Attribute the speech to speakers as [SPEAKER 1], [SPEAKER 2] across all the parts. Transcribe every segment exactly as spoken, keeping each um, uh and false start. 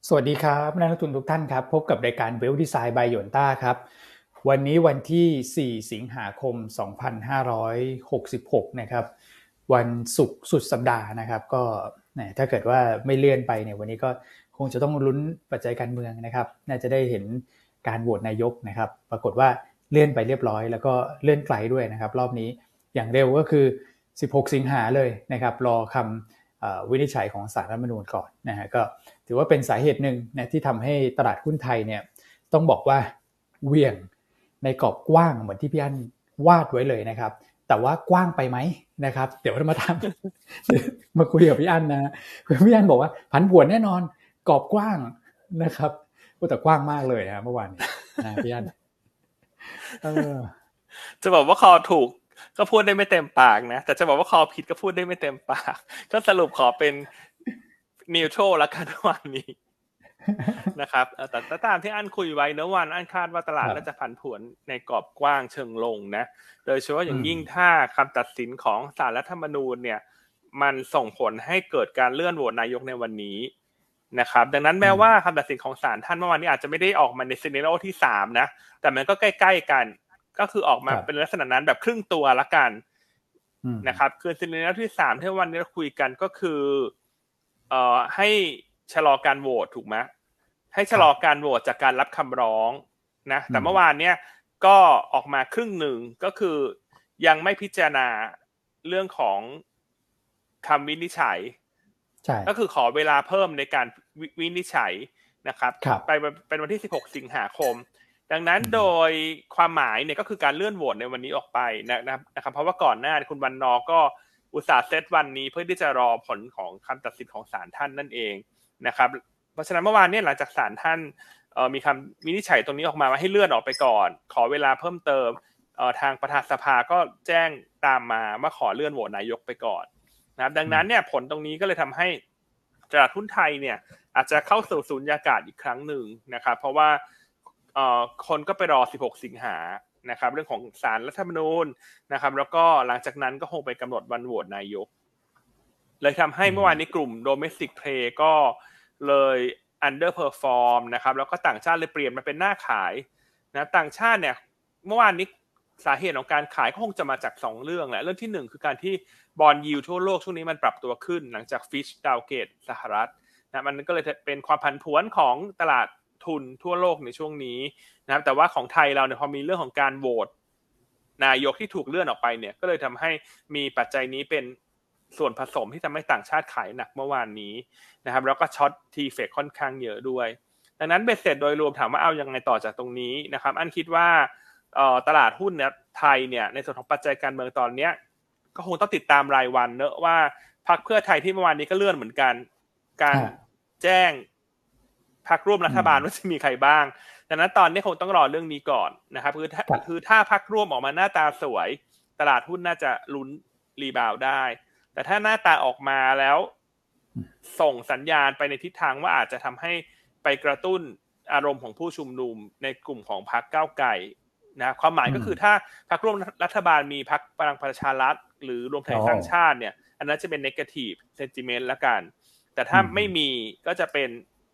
[SPEAKER 1] สวัสดีครับนักลงทุนทุกท่านครับพบกับรายการ Wealth Design by โยนต้าครับวันนี้วันที่สี่สิงหาคมสองพันห้าร้อยหกสิบหกนะครับวันศุกร์สุดสัปดาห์นะครับก็ถ้าเกิดว่าไม่เลื่อนไปเนี่ยวันนี้ก็คงจะต้องลุ้นปัจจัยการเมืองนะครับน่าจะได้เห็นการโหวตนายกนะครับปรากฏว่าเลื่อนไปเรียบร้อยแล้วก็เลื่อนไกลด้วยนะครับรอบนี้อย่างเร็วก็คือสิบหกสิงหาเลยนะครับรอคำวินิจฉัยของศาลรัฐธรรมนูญก่อนนะฮะก็ถือว่าเป็นสาเหตุหนึ่งนะที่ทำให้ตลาดหุ้นไทยเนี่ยต้องบอกว่าเหวี่ยงในกรอบกว้างเหมือนที่พี่อั้นวาดไว้เลยนะครับแต่ว่ากว้างไปไหมนะครับเดี๋ยวเรามาทำมาคุยกับพี่อั้นนะพี่อั้นบอกว่าผันผวนแน่นอนกรอบกว้างนะครับแต่กว้างมากเลยนะเมื่อวานนี้นะพี่อั้นเออ
[SPEAKER 2] จะบอกว่าคอถูกก็พูดได้ไม่เต็มปากนะแต่จะบอกว่าคอผิดก็พูดได้ไม่เต็มปากก็สรุปขอเป็นนิวโตรละกันวันนี้นะครับแต่ตามที่อันคุยไว้เมื่อวานอันคาดว่าตลาดน่าจะผันผวนในกรอบกว้างเชิงลงนะโดยเฉพาะอย่างยิ่งถ้าคำตัดสินของศาลรัฐธรรมนูญเนี่ยมันส่งผลให้เกิดการเลื่อนโหวตนายกในวันนี้นะครับดังนั้นแม้ว่าคำตัดสินของศาลท่านเมื่อวานนี้อาจจะไม่ได้ออกมาในซีเนโรที่สามนะแต่มันก็ใกล้ๆกันก็คือออกมาเป็นลักษณะนั้นแบบครึ่งตัวละกันนะครับคือซีเนโรที่สามที่วันนี้เราคุยกันก็คือเอ่อให้ชะลอการโหวตถูกไหมให้ชะลอการโหวตจากการรับคำร้องนะแต่เมื่อวานเนี้ยก็ออกมาครึ่งหนึ่งก็คือยังไม่พิจารณาเรื่องของคำวินิจฉัยก็คือขอเวลาเพิ่มในการวินิจฉัยนะครับไปเป็นวันที่สิบหกสิงหาคมดังนั้นโดยความหมายเนี่ยก็คือการเลื่อนโหวตในวันนี้ออกไปนะครับเพราะว่าก่อนหน้าคุณวันนอก็อุตส่าห์เซตวันนี้เพื่อที่จะรอผลของคำตัดสินของศาลท่านนั่นเองนะครับเพราะฉะนั้นเมื่อวานเนี่ยหลังจากศาลท่านมีคำวินิจฉัยตรงนี้ออกมาว่าให้เลื่อนออกไปก่อนขอเวลาเพิ่มเติมทางประธานสภาก็แจ้งตามมาว่าขอเลื่อนโหวตนายกไปก่อนนะครับดังนั้นเนี่ยผลตรงนี้ก็เลยทำให้ตลาดหุ้นไทยเนี่ยอาจจะเข้าสู่สูญญากาศอีกครั้งหนึ่งนะครับเพราะว่าคนก็ไปรอสิบหกสิงหานะครับเรื่องของศาลรัฐธรรมนูญนะครับแล้วก็หลังจากนั้นก็คงไปกำหนดวันโหวตนายกเลยทำให้เมื่อวานนี้กลุ่ม domestic play ก็เลย underperform นะครับแล้วก็ต่างชาติเลยเปลี่ยนมาเป็นหน้าขายนะต่างชาติเนี่ยเมื่อวานนี้สาเหตุของการขายก็คงจะมาจากสองเรื่องแหละเรื่องที่หนึ่งคือการที่บอนด์ยิลด์ทั่วโลกช่วงนี้มันปรับตัวขึ้นหลังจาก Fitch downgrade สหรัฐนะมันก็เลยเป็นความผันผวนของตลาดทุนทั่วโลกในช่วงนี้นะครับแต่ว่าของไทยเราเนี่ยพอมีเรื่องของการโหวตนายกที่ถูกเลื่อนออกไปเนี่ยก็เลยทำให้มีปัจจัยนี้เป็นส่วนผสมที่ทำให้ต่างชาติขายหนักเมื่อวานนี้นะครับแล้วก็ช็อตทีเฟกค่อนข้างเยอะด้วยดังนั้นเบ็ดเสร็จโดยรวมถามว่าเอายังไงต่อจากตรงนี้นะครับอันคิดว่าตลาดหุ้นเนี่ยไทยเนี่ยในส่วนของปัจจัยการเมืองตอนนี้ก็คงต้องติดตามรายวันเนอะว่าพรรคเพื่อไทยที่เมื่อวานนี้ก็เลื่อนเหมือนกันการแจ้งพรรคร่วมรัฐบาลว่าจะมีใครบ้างดังนั้นตอนนี้คงต้องรอเรื่องนี้ก่อนนะครับคือถ้าคือถ้าพรรคร่วมออกมาหน้าตาสวยตลาดหุ้นน่าจะลุ้นรีบาวด์ได้แต่ถ้าหน้าตาออกมาแล้วส่งสัญญาณไปในทิศทางว่าอาจจะทำให้ไปกระตุ้นอารมณ์ของผู้ชุมนุมในกลุ่มของพรรคก้าวไกลนะความหมายก็คือถ้าพรรคร่วมรัฐบาลมีพรรคพลังประชารัฐหรือรวมไทยสร้างชาติเนี่ยอันนั้นจะเป็น negative sentiment ละกันแต่ถ้าไม่มีก็จะเป็น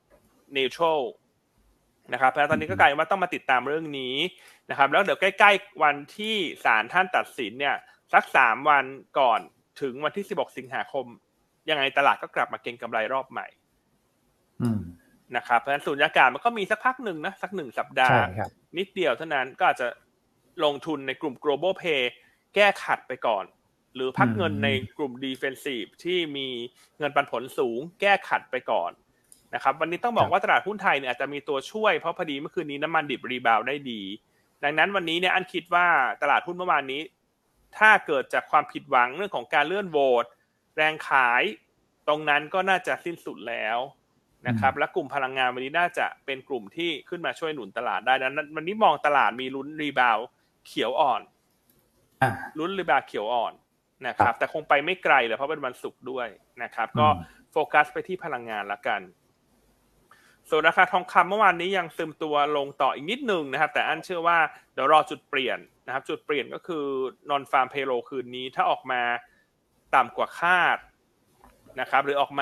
[SPEAKER 2] neutral นะครับเพราะตอนนี้ก็กลายว่าต้องมาติดตามเรื่องนี้นะครับแล้วเดี๋ยวใกล้ๆวันที่ศาลท่านตัดสินเนี่ยสักสามวันก่อนถึงวันที่สิบหกสิงหาคมยังไงตลาดก็กลับมาเก็งกำไรรอบใหม่นะครับเพราะฉะนั้นสูญญากาศมันก็มีสักพักหนึ่งนะสักหนึ่งสัปดาห์นิดเดียวเท่านั้นก็อาจจะลงทุนในกลุ่ม global pay แก้ขัดไปก่อนหรือพักเงินในกลุ่ม defensive ที่มีเงินปันผลสูงแก้ขัดไปก่อนนะครับวันนี้ต้องบอกว่าตลาดหุ้นไทยเนี่ยอาจจะมีตัวช่วยเพราะพอดีเมื่อคืนนี้น้ำมันดิบรีบาวด์ได้ดีดังนั้นวันนี้เนี่ยอันคิดว่าตลาดหุ้นเมื่อวานนี้ถ้าเกิดจากความผิดหวังเรื่องของการเลื่อนโหวตแรงขายตรงนั้นก็น่าจะสิ้นสุดแล้วนะครับและกลุ่มพลังงานวันนี้น่าจะเป็นกลุ่มที่ขึ้นมาช่วยหนุนตลาดได้ดังนั้นวันนี้มองตลาดมีลุ้นรีบาวด์เขียวอ่อนลุ้นรีบาวด์เขียวอ่อนนะครับแต่คงไปไม่ไกลเลยเพราะเป็นวันศุกร์ด้วยนะครับก็โฟกัสไปที่พลังงานละกันส่วนราคาทองคำเมื่อวานนี้ยังซึมตัวลงต่ออีกนิดนึงนะครับแต่อันเชื่อว่าเดี๋ยวรอจุดเปลี่ยนนะครับจุดเปลี่ยนก็คือนอนฟาร์มเพโลคืนนี้ถ้าออกมาต่ำกว่าคาดนะครับหรือออกมา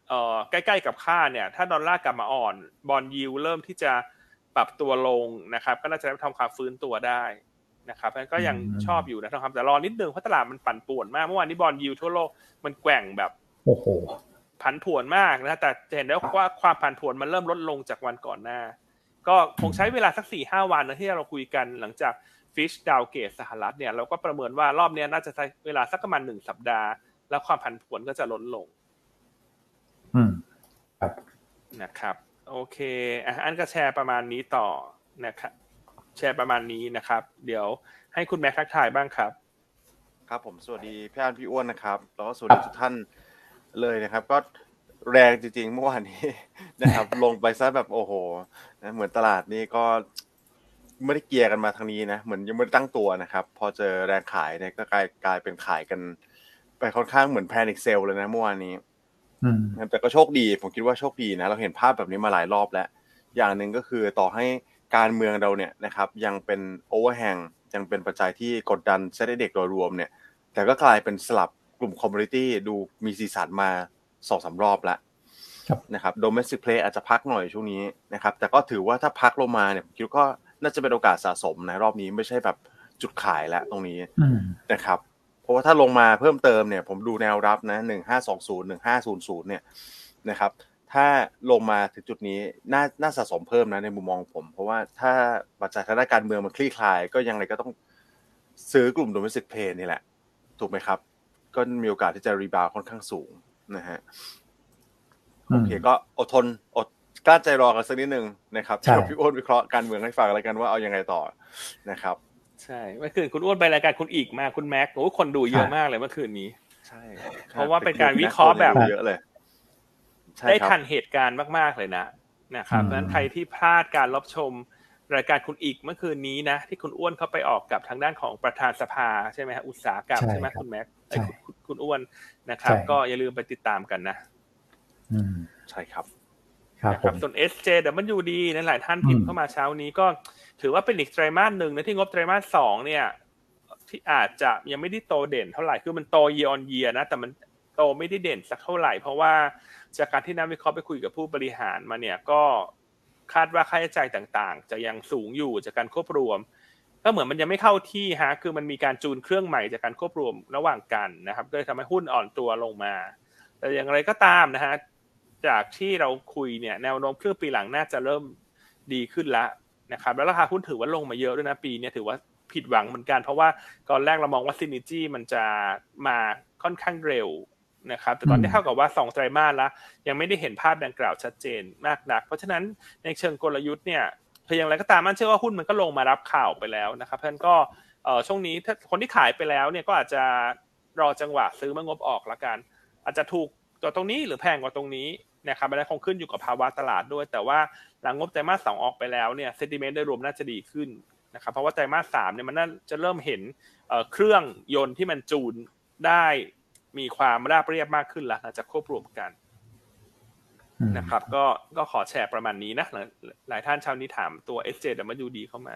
[SPEAKER 2] เอ่อใกล้ๆกับค่าเนี่ยถ้าดอลลาร์กลับมาอ่อนบอนด์ยิลด์เริ่มที่จะปรับตัวลงนะครับก็น่าจะทำความฟื้นตัวได้นะครับเพราะฉะนั้นก็ยังชอบอยู่นะทองคำแต่รอนิดนึงเพราะตลาดมันปั่นป่วนมากเมื่อวานนี้บอนด์ยิลด์ทั่วโลกมันแกว่งแบบ
[SPEAKER 1] โอ้โห
[SPEAKER 2] ผันผวนมากนะแต่จะเห็นได้ว่าความผันผวนมันเริ่มลดลงจากวันก่อนหน้าก็คงใช้เวลาสัก สี่ห้า วันนะที่เราคุยกันหลังจากฟิชดาวเกตสหรัฐเนี่ยเราก็ประเมินว่ารอบนี้น่าจะใช้เวลาสักประมาณหนึ่งสัปดาห์แล้วความผันผวนก็จะลดลง
[SPEAKER 1] อืมครับ
[SPEAKER 2] นะครับโอเคอ่ะอันก็แชร์ประมาณนี้ต่อนะครับแชร์ประมาณนี้นะครับเดี๋ยวให้คุณแม็กทักทายบ้างครับ
[SPEAKER 3] ครับผมสวัสดีพี่อันพี่อ้วนนะครับแล้วก็สวัสดีทุกท่านเลยนะครับก็แรงจริงๆเมื่อวานนี้นะครับลงไปซะแบบโอ้โหนะเหมือนตลาดนี่ก็ไม่ได้เกียร์กันมาทางนี้นะเหมือนยังไม่ได้ตั้งตัวนะครับพอเจอแรงขายเนี่ยก็กลายกลายเป็นขายกันไปค่อนข้างเหมือนแพนิคเซลเลยนะเมื่อวานนี้แต่ก็โชคดีผมคิดว่าโชคดีนะเราเห็นภาพแบบนี้มาหลายรอบแล้วอย่างหนึ่งก็คือต่อให้การเมืองเราเนี่ยนะครับยังเป็นโอเวอร์แฮงยังเป็นปัจจัยที่กดดันเซ็ตเด็กโดยรวมเนี่ยแต่ก็กลายเป็นสลับกลุ่มคอมมูนิตี้ดูมีสีสันมา สองสาม รอบแล้วนะครับโดเมสติกเพลย์อาจจะพักหน่อยช่วงนี้นะครับแต่ก็ถือว่าถ้าพักลงมาเนี่ยผมคิดก็น่าจะเป็นโอกาสสะสมนะรอบนี้ไม่ใช่แบบจุดขายแล้วตรงนี้นะครับเพราะว่าถ้าลงมาเพิ่มเติมเนี่ยผมดูแนวรับนะหนึ่งห้าสองศูนย์ หนึ่งห้าศูนย์เนี่ยนะครับถ้าลงมาถึงจุดนี้น่าน่าสะสมเพิ่มนะในมุมมองผมเพราะว่าถ้าปัจจัยทางด้านการเมืองมันคลี่คลายก็ยังไงก็ต้องซื้อกลุ่ม Domestic Play นี่แหละถูกไหมครับก็มีโอกาสที่จะรีบาวค่อนข้างสูงนะฮะโอเคก็อดทนอดกลั้นใจรอกันสักนิดนึงนะครับเดี๋ยวพี่อ้วนวิเคราะห์การเมืองให้ฟังอะไรกันว่าเอายังไงต่อนะครับ
[SPEAKER 2] ใช่เมื่อคืนคุณอ้วนไปรายการคุณอีกมาคุณแม็กโอ้คนดูเยอะมากเลยเมื่อคืนนี้
[SPEAKER 3] ใช่
[SPEAKER 2] เพราะว่าเป็นการวิเคราะห์แบบ
[SPEAKER 3] เยอะเลย
[SPEAKER 2] ได้ทันเหตุการณ์มากๆเลยนะนะครับเพราะฉะนั้นใครที่พลาดการรับชมรายการคุณอีกเมื่อคืนนี้นะที่คุณอ้วนเข้าไปออกกับทางด้านของประธานสภาใช่ไหมฮะอุตสาหกรรมใช่ไหมคุณแม็กคุณอ้วนนะครับก็อย่าลืมไปติดตามกันนะ
[SPEAKER 3] ใช่ครับ
[SPEAKER 2] นะครับส่วน เอส เจ ดับเบิลยู ดี นั้นหลายท่านพิมพ์เข้ามาเช้านี้ก็ถือว่าเป็นอีกไตรมาสหนึ่งนะที่งบไตรมาสสองเนี่ยที่อาจจะยังไม่ได้โตเด่นเท่าไหร่คือมันโต year on year นะแต่มันโตไม่ได้เด่นสักเท่าไหร่เพราะว่าจากการที่นักวิเคราะห์ไปคุยกับผู้บริหารมาเนี่ยก็คาดว่าค่าใช้จ่ายต่างๆจะยังสูงอยู่จากการควบรวมก็เหมือนมันยังไม่เข้าที่ฮะคือมันมีการจูนเครื่องใหม่จากการควบรวมระหว่างกันนะครับก็เลยทำให้หุ้นอ่อนตัวลงมาแต่อย่างไรก็ตามนะฮะจากที่เราคุยเนี่ยแนวโน้มครึ่งปีหลังน่าจะเริ่มดีขึ้นแล้วนะครับแล้วราคาหุ้นถือว่าลงมาเยอะด้วยนะปีนี้ถือว่าผิดหวังเหมือนกันเพราะว่าตอนแรกเรามองว่าซินิจี้มันจะมาค่อนข้างเร็วนะครับแต่ตอนนี้เท่ากับว่าสองไตรมาสแล้วยังไม่ได้เห็นภาพดังกล่าวชัดเจนมากนักเพราะฉะนั้นในเชิงกลยุทธ์เนี่ยคืออย่างไรก็ตามมันเชื่อว่าหุ้นมันก็ลงมารับข่าวไปแล้วนะครับเพราะฉะนั้นก็เอ่อช่วงนี้ถ้าคนที่ขายไปแล้วเนี่ยก็อาจจะรอจังหวะซื้อเมื่องบออกละกันอาจจะถูกตัวตรงนี้หรือแพงกว่าตรงนี้นะครับมันคงขึ้นอยู่กับภาวะตลาดด้วยแต่ว่าหลังงบไตรมาสสองออกไปแล้วเนี่ยเซนติเมนต์โดยรวมน่าจะดีขึ้นนะครับเพราะว่าไตรมาสสามเนี่ยมันน่าจะเริ่มเห็นเอ่อเครื่องยนต์ที่มันจูนได้มีความราบเรียบมากขึ้นแล้วน่าจะควบรวมกันนะครับก็ก็ขอแชร์ประมาณนี้นะหลายท่านเช้านี้ถามตัว เอส เจ ดับเบิลยู ดี เข้ามา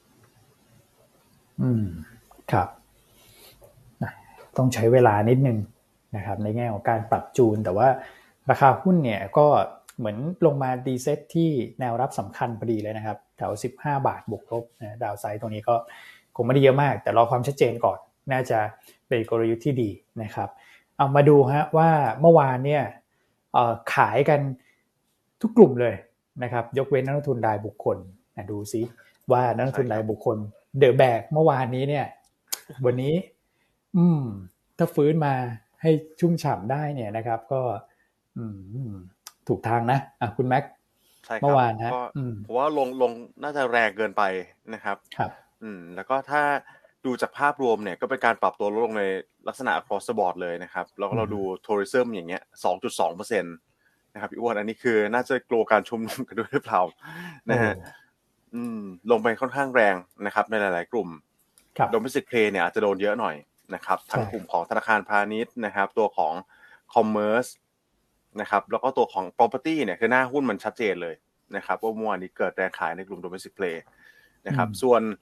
[SPEAKER 1] อืมครับต้องใช้เวลานิดนึงนะครับในแง่ของการปรับจูนแต่ว่าราคาหุ้นเนี่ยก็เหมือนลงมาดีเซ็ตที่แนวรับสำคัญพอดีเลยนะครับแถวสิบห้าบาทบวกลบนะดาวไซด์ตรงนี้ก็คงไม่ได้เยอะมากแต่รอความชัดเจนก่อนน่าจะเป็นกลยุทธ์ที่ดีนะครับเอามาดูฮะว่าเมื่อวานเนี่ยเอ่อขายกันทุกกลุ่มเลยนะครับยกเว้นนักลงทุนรายบุคคลนะดูซิว่านักลงทุนรายบุคคลเดอะแบกเมื่อวานนี้เนี่ยวันนี้อืมถ้าฟื้นมาให้ชุ่มฉ่ำได้เนี่ยนะครับก็อืมถูกทางนะอ่ะคุณแม็กเมื่อวานฮะ
[SPEAKER 3] เพราะว่าลงลงน่าจะแรงเกินไปนะครับ
[SPEAKER 1] ครับ
[SPEAKER 3] อืมแล้วก็ถ้าดูจากภาพรวมเนี่ยก็เป็นการปรับตัวลดลงในลักษณะ across the board เลยนะครับแล้วก็เราดู tourism อย่างเงี้ย สองจุดสองเปอร์เซ็นต์ นะครับพี่อ้วนอันนี้คือน่าจะกลัวการชุมนุมกันด้วยหรือเปล่านะฮะอืมลงไปค่อนข้างแรงนะครับในหลายๆกลุ่ม domestic play เนี่ยอาจจะโดนเยอะหน่อยนะครับทั้งกลุ่มของธนาคารพาณิชย์นะครับตัวของ commerce นะครับแล้วก็ตัวของ property เนี่ยคือหน้าหุ้นมันชัดเจนเลยนะครับว่าเมื่อวานนี้เกิดแรงขายในกลุ่ม domestic play นะครับส่วน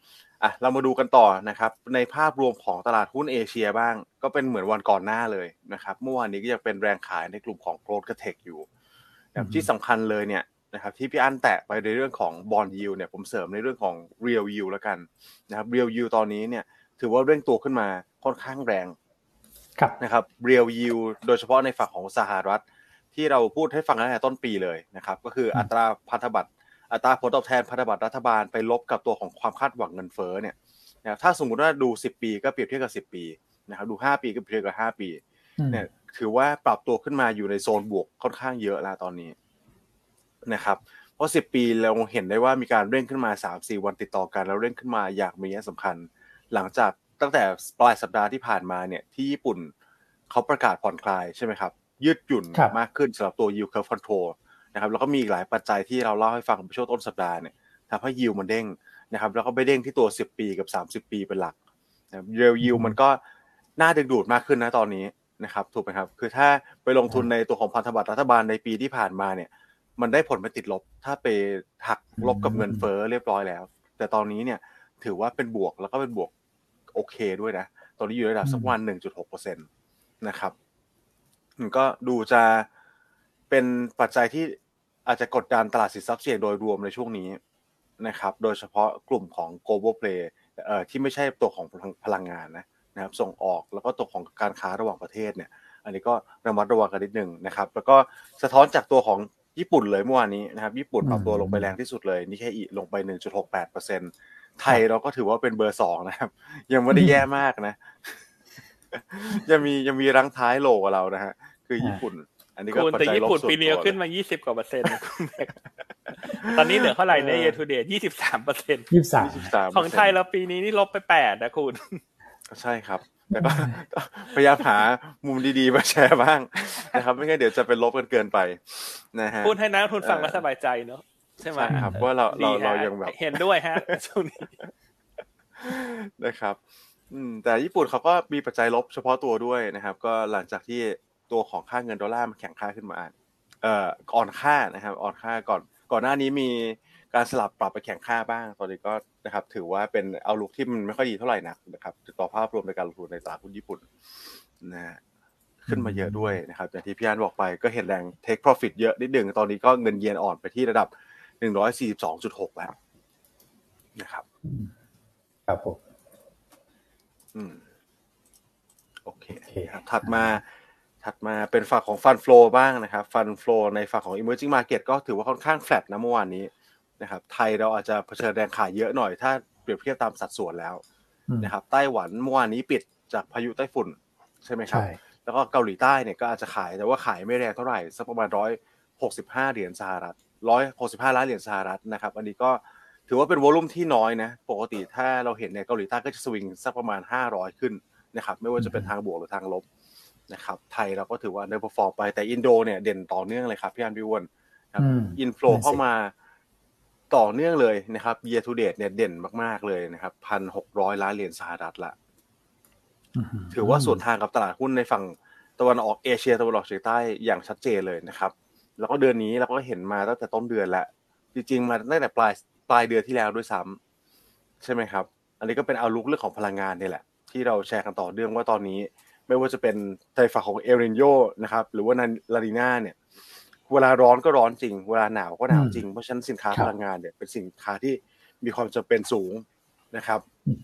[SPEAKER 3] อ่ะเรามาดูกันต่อนะครับในภาพรวมของตลาดหุ้นเอเชียบ้างก็เป็นเหมือนวันก่อนหน้าเลยนะครับเมื่อวานนี้ก็ยังเป็นแรงขายในกลุ่มของ Growth กับ Tech อยู่แบบที่สำคัญเลยเนี่ยนะครับที่พี่อั้นแตะไปในเรื่องของ Bond Yield เนี่ยผมเสริมในเรื่องของ Real Yield แล้วกันนะครับ Real Yield ตอนนี้เนี่ยถือว่าเร่งตัวขึ้นมาค่อนข้างแรงนะครับ Real Yield โดยเฉพาะในฝั่งของสหรัฐที่เราพูดให้ฟังตั้งแต่ต้นปีเลยนะครับก็คืออัตราพันธบัตรอัตราผลตอบแทนพันธบัตรรัฐบาลไปลบกับตัวของความคาดหวังเงินเฟ้อเนี่ยนะถ้าสมมุติว่าดูสิบปีก็เปรียบเทียบกับสิบปีนะครับดูห้าปีก็เปรียบเทียบกับห้าปีเนี่ยถือว่าปรับตัวขึ้นมาอยู่ในโซนบวกค่อนข้างเยอะแล้วตอนนี้นะครับเพราะสิบปีเราเห็นได้ว่ามีการเร่งขึ้นมา สามถึงสี่ วันติดต่อกันแล้วเร่งขึ้นมาอย่างมีนัยสำคัญหลังจากตั้งแต่ปลายสัปดาห์ที่ผ่านมาเนี่ยที่ญี่ปุ่นเขาประกาศผ่อนคลายใช่ไหมครับยืดหยุ่นมากขึ้นสำหรับตัว yield curve control นะครับแล้วก็มีอีกหลายปัจจัยที่เราเล่าให้ฟังในช่วงต้นสัปดาห์เนี่ยทำให้ yield มันเด้งนะครับแล้วก็ไปเด้งที่ตัวสิบปีกับสามสิบปีเป็นหลักนะ real yield มันก็น่าดึงดูดมากขึ้นนะตอนนี้นะครับถูกไหมครับคือถ้าไปลงทุนในตัวของพันธบัตรรัฐบาลในปีที่ผ่านมาเนี่ยมันได้ผลไปติดลบถ้าไปหักลบกับเงินเฟ้อเรียบร้อยแล้วแต่ตอนนี้เนี่ยถือว่าเป็นบวกแล้วก็เป็นบวกโอเคด้วยนะตอนนี้อยู่ระดับสักวัน หนึ่งจุดหกเปอร์เซ็นต์ นะครับมันก็ดูจะเป็นปัจจัยที่อาจจะกดดันตลาดสินทรัพย์เสี่ยงโดยรวมในช่วงนี้นะครับโดยเฉพาะกลุ่มของ global play เอ่อที่ไม่ใช่ตัวของพลังงานนะนะครับส่งออกแล้วก็ตัวของการค้าระหว่างประเทศเนี่ยอันนี้ก็ระมัดระวังกันนิดนึงนะครับแล้วก็สะท้อนจากตัวของญี่ปุ่นเลยเมื่อวานนี้นะครับญี่ปุ่นปรับตัวลงไปแรงที่สุดเลยนิเคอิลงไป หนึ่งจุดหกแปดเปอร์เซ็นต์ ไทยเราก็ถือว่าเป็นเบอร์สองนะครับยังไม่ได้แย่มากนะยังมียังมีรังท้ายโลกว่าเรานะฮะคือญี่ปุ่นอันนี้ก็ปัจจัยลบส่วนตัวแต่ญี่ปุ่น
[SPEAKER 2] ปีนี้ขึ้นมายี่สิบกว่าเปอร์เซ็นต์ตอนนี้เหลือเท่าไหร่ใน year to date ยี่สิบสามเปอร์เซ็นต์
[SPEAKER 1] ยี่สิบสาม
[SPEAKER 2] ของไทยเราปีนี้นี่ลบไปแปดนะคุณ
[SPEAKER 3] ใช่ครับแต่ก็พยายามหามุมดีๆมาแชร์บ้างนะครับไม่งั้นเดี๋ยวจะเป็นลบกันเกินไปนะฮะ
[SPEAKER 2] พูดให้นักลงทุนฟังแล้วสบายใจเนาะใช่ไหม
[SPEAKER 3] ครับว่าเราเราเรายังแบบ
[SPEAKER 2] เห็นด้วยฮะช่วงนี้
[SPEAKER 3] นะครับอืมแต่ญี่ปุ่นเขาก็มีปัจจัยลบเฉพาะตัวด้วยนะครับก็หลังจากที่ตัวของค่าเงินดอลลาร์มันแข็งค่าขึ้นมาเอ่ออ่อนค่านะครับอ่อนค่าก่อนก่อนหน้านี้มีการสลับปรับไปแข็งค่าบ้างตอนนี้ก็นะครับถือว่าเป็นเอาลุกที่มันไม่ค่อยดีเท่าไหร่นักนะครับต่อภาพรวมในการลงทุนในตลาดหุ้นญี่ปุ่นนะขึ้นมาเยอะด้วยนะครับอย่างที่พี่อั้นบอกไปก็เห็นแรง take profit เยอะนิดนึงตอนนี้ก็เงินเยนอ่อนไปที่ระดับ หนึ่งร้อยสี่สิบสองจุดหก แล้วนะครับ
[SPEAKER 1] ครับผม
[SPEAKER 3] อืมโอเคครับถัดมาถัดมาเป็นฝั่งของ Fund Flow บ้างนะครับ Fund Flow ในฝั่งของ Emerging Market ก็ถือว่าค่อนข้างแฟลตนะเมื่อวานนี้นะครับไทยเราอาจจะเผชิญแรงขายเยอะหน่อยถ้าเปรียบเทียบตามสัดส่วนแล้วนะครับไต้หวันเมื่อวานนี้ปิดจากพายุไต้ฝุ่นใช่ไหมครับแล้วก็เกาหลีใต้เนี่ยก็อาจจะขายแต่ว่าขายไม่แรงเท่าไหร่สักประมาณหนึ่งร้อยหกสิบห้าเหรียญสหรัฐหนึ่งร้อยหกสิบห้าล้านเหรียญสหรัฐนะครับอันนี้ก็ถือว่าเป็นวอลุ่มที่น้อยนะปกติถ้าเราเห็นในเกาหลีใต้ก็จะสวิงสักประมาณห้าร้อยขึ้นนะครับไม่ว่าจะเป็นทางบวกหรือทางลบนะครับไทยเราก็ถือว่าอันเดอร์เพอร์ฟอร์มไปแต่อินโดเนี่ยเด่นต่อเนื่องเลยครับพี่อันพี่อ้วนครับอินโฟลว์เข้ามาต่อเนื่องเลยนะครับ year to date เนี่ยเด่นมากๆเลยนะครับ หนึ่งพันหกร้อย ล้านเหรียญสหรัฐละถือว่าส่วนทางกับตลาดหุ้นในฝั่งตะวันออกเอเชียตะวันออกเฉียงใต้อย่างชัดเจนเลยนะครับแล้วก็เดือนนี้เราก็เห็นมาตั้งแต่ต้นเดือนแล้วจริงๆมาตั้งแต่ปลายปลายเดือนที่แล้วด้วยซ้ำใช่ไหมครับอันนี้ก็เป็นเอาลุกเรื่องของพลังงานนี่แหละที่เราแชร์กันต่อเนื่องว่าตอนนี้ไม่ว่าจะเป็นในฝั่งของเอลนิโญนะครับหรือว่าลานีน่าเนี่ยเวลาร้อนก็ร้อนจริงเวลาหนาวก็หนาวจริงเพราะฉะนั้นสินค้าพลังงานเนี่ยเป็นสินค้าที่มีความจำเป็นสูงนะครับ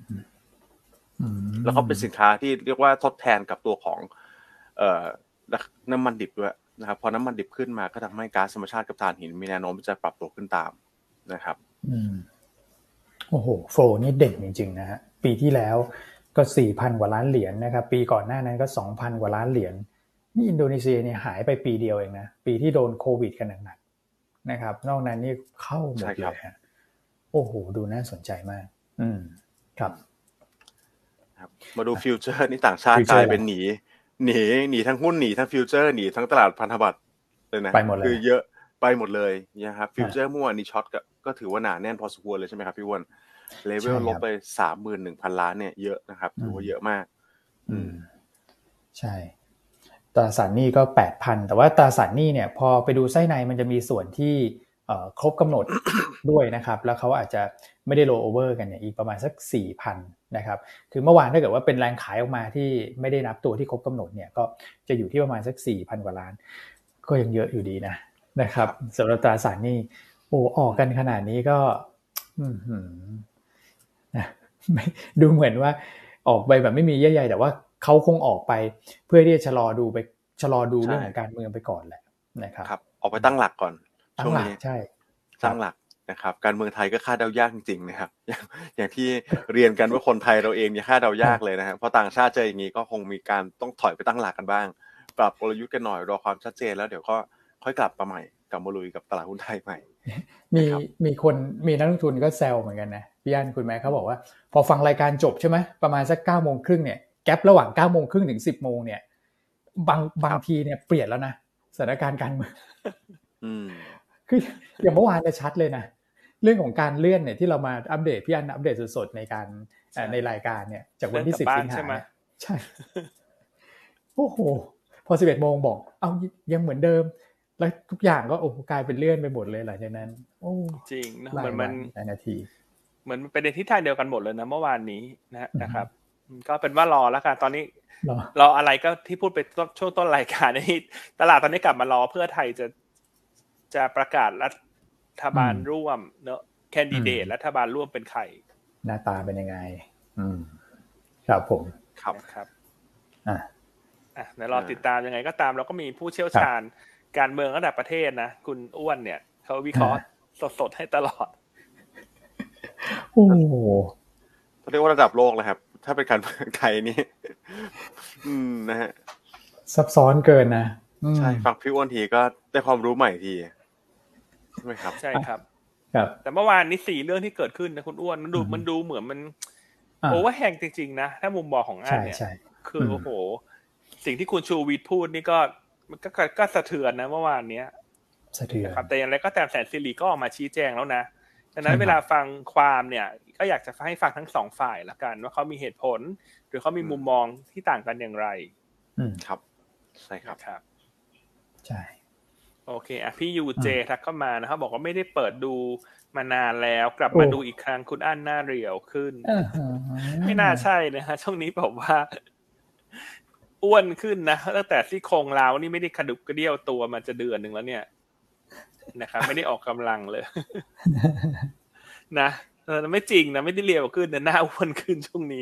[SPEAKER 3] แล้วก็เป็นสินค้าที่เรียกว่าทดแทนกับตัวของเอ่อน้ำมันดิบด้วยนะครับพอน้ำมันดิบขึ้นมาก็ทำให้ก๊าซธรรมชาติกับถ่านหินมีแนวโน้มจะปรับตัวขึ้นตามนะครับ
[SPEAKER 1] โอ้โหโฟล์นี่เด่นจริงๆนะฮะปีที่แล้วก็ สี่พัน กว่าล้านเหรียญ นะครับปีก่อนหน้านั้นก็ สองพัน กว่าล้านเหรียญนี่อินโดนีเซียเนี่ยหายไปปีเดียวเองนะปีที่โดนโควิดกันหนักๆนะครับนอกนั้นนี่เข้าหมดเลยฮะโอ้โหดูน่าสนใจมากอืมครับ
[SPEAKER 3] ครับมาดูฟิวเจอร์นี่ต่างชาติกลายเป็นหนีหนีหนีทั้งหุ้นหนีทั้งฟิวเจอร์หนีทั้งตลาดพันธบัตรเลยนะคือเยอะไปหมดเลยนะครับฟิวเจอร์เมื่อวานนี้ช็อตก็ก็ถือว่าหนาแน่นพอสมควรเลยใช่ไหมครับพี่อ้วนเลเวลลบไป สามหมื่นหนึ่งพัน ล้านเนี่ยเยอะนะครับถือว่าเยอะมาก
[SPEAKER 1] อืมใช่ตราสารหนี้ก็ แปดพัน แต่ว่าตราสารหนี้เนี่ยพอไปดูไส้ในมันจะมีส่วนที่เอ่อครบกำหนด ด้วยนะครับแล้วเขาอาจจะไม่ได้โรลโอเวอร์กันเนี่ยอีกประมาณสัก สี่พัน นะครับคือเมื่อวานถ้าเกิดว่าเป็นแรงขายออกมาที่ไม่ได้นับตัวที่ครบกำหนดเนี่ยก็จะอยู่ที่ประมาณสัก สี่พัน กว่าล้านก็ยังเยอะอยู่ดีนะนะครับสำหรับตราสารหนี้โอ้ออกกันขนาดนี้ก็อืมนะดูเหมือนว่าออกไปแบบไม่มีเยื่อใยแต่ว่าเขาคงออกไปเพื่อที่จะชะลอดูไปชะลอดูเรื่องของการเมืองไปก่อนแหละนะครับ
[SPEAKER 3] ครับออกไปตั้งหลักก่อน
[SPEAKER 1] ช่วงนี้ใช่
[SPEAKER 3] ตั้งหลักนะครับการเมืองไทยก็คาดเดายากจริงๆนะครับอย่างอย่างที่เรียนกันว่าคนไทยเราเองเนี่ยคาดเดายากเลยนะครับเพราะต่างชาติเจออย่างนี้ก็คงมีการต้องถอยไปตั้งหลักกันบ้างปรับกลยุทธ์กันหน่อยรอความชัดเจนแล้วเดี๋ยวก็ค่อยกลับมาใหม่กลับมาลุยกับตลาดหุ้นไทยใหม่
[SPEAKER 1] มีมีคนมีนักลงทุนก็แซวเหมือนกันนะพี่อั้นคุณแม่เขาบอกว่าพอฟังรายการจบใช่ไหมประมาณสักเก้าโมงครึ่งเนี่ยแกประหว่างเก้าโมงครึ่งถึงสิบโมงเนี่ยบางบางทีเนี่ยเปลี่ยนแล้วนะสถานการณ์การเมืองคืออย่างเมื่อวานเนี่ยชัดเลยนะเรื่องของการเลื่อนเนี่ยที่เรามาอัปเดตพี่อั้นอัปเดตสดๆในการในรายการเนี่ยจากวันที่สิบสิงหาคมใช่โอ้โหพอสิบเอ็ดโมงบอกเอายังเหมือนเดิมแล้วทุกอย่างก็โอ้กลายเป็นเลื่อนไปหมดเลยหลังจากนั้นโอ้
[SPEAKER 2] จริงนะเหมือนมัน
[SPEAKER 1] นาที
[SPEAKER 2] เหมือนเป็นในทิศทางเดียวกันหมดเลยนะเมื่อวานนี้นะนะครับก็เป็นว่ารอแล้วกันตอนนี้รออะไรก็ที่พูดไปช่วงต้นรายการนี้ตลาดตอนนี้กลับมารอเพื่อไทยจะจะประกาศรัฐบาลร่วมเนอะแคนดิเดตรัฐบาลร่วมเป็นใคร
[SPEAKER 1] หน้าตาเป็นยังไงอืมครับผม
[SPEAKER 2] ครับครับ
[SPEAKER 1] อ่ะ
[SPEAKER 2] อ่ะเดี๋ยวรอติดตามยังไงก็ตามเราก็มีผู้เชี่ยวชาญการเมืองระดับประเทศนะคุณอ้วนเนี่ยเขาวิเคราะห์สดๆให้ตลอด
[SPEAKER 1] โอ้โห
[SPEAKER 3] เรียกว่าระดับโลกเลยครับถ้าเป็นการเมืองไทยนี่อืมนะฮะ
[SPEAKER 1] ซับซ้อนเกินนะ
[SPEAKER 3] ใช่ฟังพี่อ้วนทีก็ได้ความรู้ใหม่ทีใช่ไหมครับ
[SPEAKER 2] ใช่ครับ
[SPEAKER 1] ครับ
[SPEAKER 2] แต่เมื่อวานนี้สี่เรื่องที่เกิดขึ้นนะคุณอ้วนมันดูมันดูเหมือนมันโอเวอร์แฮงจริงๆนะถ้ามุมมองของอันเนี่ยคือโอ้โหสิ่งที่คุณชูวิทย์พูดนี่ก็มันก็ก็สะเทือนนะเมื่อวานเนี้ย
[SPEAKER 1] สะเทือน
[SPEAKER 2] ครับแต่อย่างไรก็แต่แสนสิริก็ออกมาชี้แจงแล้วนะดังนั้นเวลาฟังความเนี่ยก็อยากจะให้ฟังทั้งสองฝ่ายละกันว่าเขามีเหตุผลหรือเขามีมุมมองที่ต่างกันอย่างไร
[SPEAKER 1] อืม
[SPEAKER 3] ครับใช่ครับ
[SPEAKER 2] ครับ
[SPEAKER 1] ใช่
[SPEAKER 2] โอเคอ่ะพี่ยูเจทักเข้ามานะครับบอกว่าไม่ได้เปิดดูมานานแล้วกลับมาดูอีกครั้งคุณอั้นหน้าเรียวขึ้นไม่น่าใช่นะฮะช่วงนี้บอกว่าอ้วนขึ้นนะตั้งแต่ซี่โครงร้าวนี่ไม่ได้กระดุกกระเดี่ยวตัวมาจะเดือนนึงแล้วเนี่ยนะครับไม่ได้ออกกำลังเลยนะเออไม่จริงนะไม่ได้เรียวขึ้นแต่หน้าอ้วนขึ้นช่วงนี้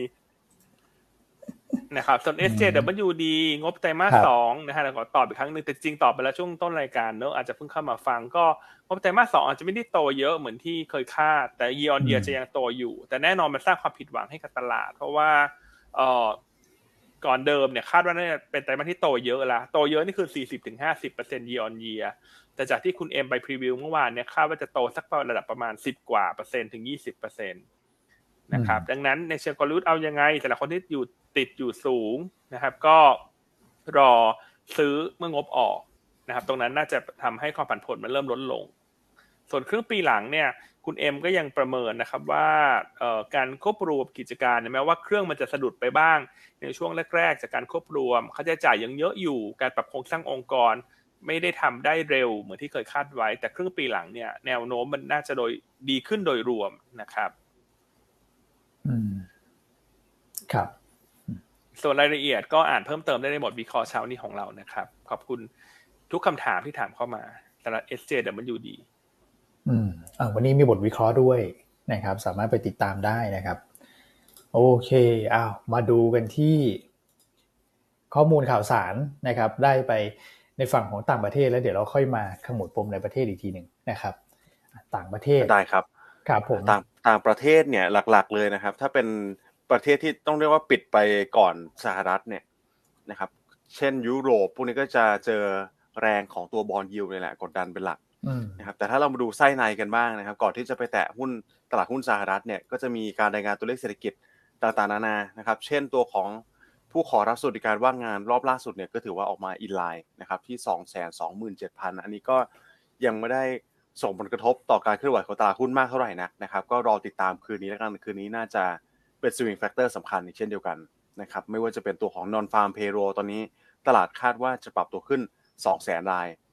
[SPEAKER 2] นะครับส่วน เอส เจ ดับเบิลยู ดี งบไตรมาสสองนะฮะแล้วก็ตอบอีกครั้งนึงแต่จริงตอบไปแล้วช่วงต้นรายการเนอะอาจจะเพิ่งเข้ามาฟังก็งบไตรมาสสองอาจจะไม่ได้โตเยอะเหมือนที่เคยคาดแต่ year on year จะยังโตอยู่แต่แน่นอนมันสร้างความผิดหวังให้กับตลาดเพราะว่าเอ่อก่อนเดิมเนี่ยคาดว่าน่าจะเป็นไตรมาสที่โตเยอะละโตเยอะนี่คือ สี่สิบถึงห้าสิบเปอร์เซ็นต์ year on year แต่จากที่คุณเอ็มไปพรีวิวเมื่อวานเนี่ยคาดว่าจะโตสักระดับประมาณสิบกว่าเปอร์เซ็นต์ถึง ยี่สิบเปอร์เซ็นต์ นะครับดังนั้นในเชิงกลยุทธ์เอายังไงแต่ละคนที่อยู่ติดอยู่สูงนะครับก็รอซื้อเมื่องบออกนะครับตรงนั้นน่าจะทำให้ความผันผวนมันเริ่มลดลงส่วนครึ่งปีหลังเนี่ยคุณเอ็มก็ยังประเมินนะครับว่าการควบรวมกิจการแม้ว่าเครื่องมันจะสะดุดไปบ้างในช่วงแรกๆจากการควบรวมค่าใช้จ่ายยังเยอะอยู่การปรับโครงสร้างองค์กรไม่ได้ทำได้เร็วเหมือนที่เคยคาดไว้แต่ครึ่งปีหลังเนี่ยแนวโน้มมันน่าจะโดยดีขึ้นโดยรวมนะครับ
[SPEAKER 1] อืมครับ
[SPEAKER 2] ส่วนรายละเอียดก็อ่านเพิ่มเติมได้ในบทวิเคราะห์เช้านี้ของเรานะครับขอบคุณทุกคำถามที่ถามเข้ามาสำหรับ เอส เจ ดับเบิลยู ดี
[SPEAKER 1] อืมอ่าวันนี้มีบทวิเคราะห์ด้วยนะครับสามารถไปติดตามได้นะครับโอเคอ้าวมาดูกันที่ข้อมูลข่าวสารนะครับได้ไปในฝั่งของต่างประเทศแล้วเดี๋ยวเราค่อยมาขมวดปมในประเทศอีกทีนึงนะครับต่างประเทศ
[SPEAKER 3] ได้ครับ
[SPEAKER 1] ครับผม
[SPEAKER 3] ต่างต่างประเทศเนี่ยหลักๆเลยนะครับถ้าเป็นประเทศที่ต้องเรียกว่าปิดไปก่อนสหรัฐเนี่ยนะครับเช่นยุโรปพวกนี้ก็จะเจอแรงของตัวบอนด์ยิลด์นี่แหละกดดันเป็นหลักนะครับแต่ถ้าเรามาดูไส้ในกันบ้างนะครับก่อนที่จะไปแตะหุ้นตลาดหุ้นสหรัฐเนี่ยก็จะมีการรายงานตัวเลขเศรษฐกิจต่างๆนานานะครับเช่นตัวของผู้ขอรับสวัสดิการว่างงานรอบล่าสุดเนี่ยก็ถือว่าออกมาอินไลน์นะครับที่ สองแสนสองหมื่นเจ็ดพัน อันนี้ก็ยังไม่ได้ส่งผลกระทบต่อการเคลื่อนไหวของตลาดหุ้นมากเท่าไหร่นักนะครับก็รอติดตามคืนนี้แล้วกันคืนนี้น่าจะเป็น swing factor สำคัญเช่นเดียวกันนะครับไม่ว่าจะเป็นตัวของ non farm payroll ตอนนี้ตลาดคาดว่าจะปรับตัวขึ้น สองแสน ราย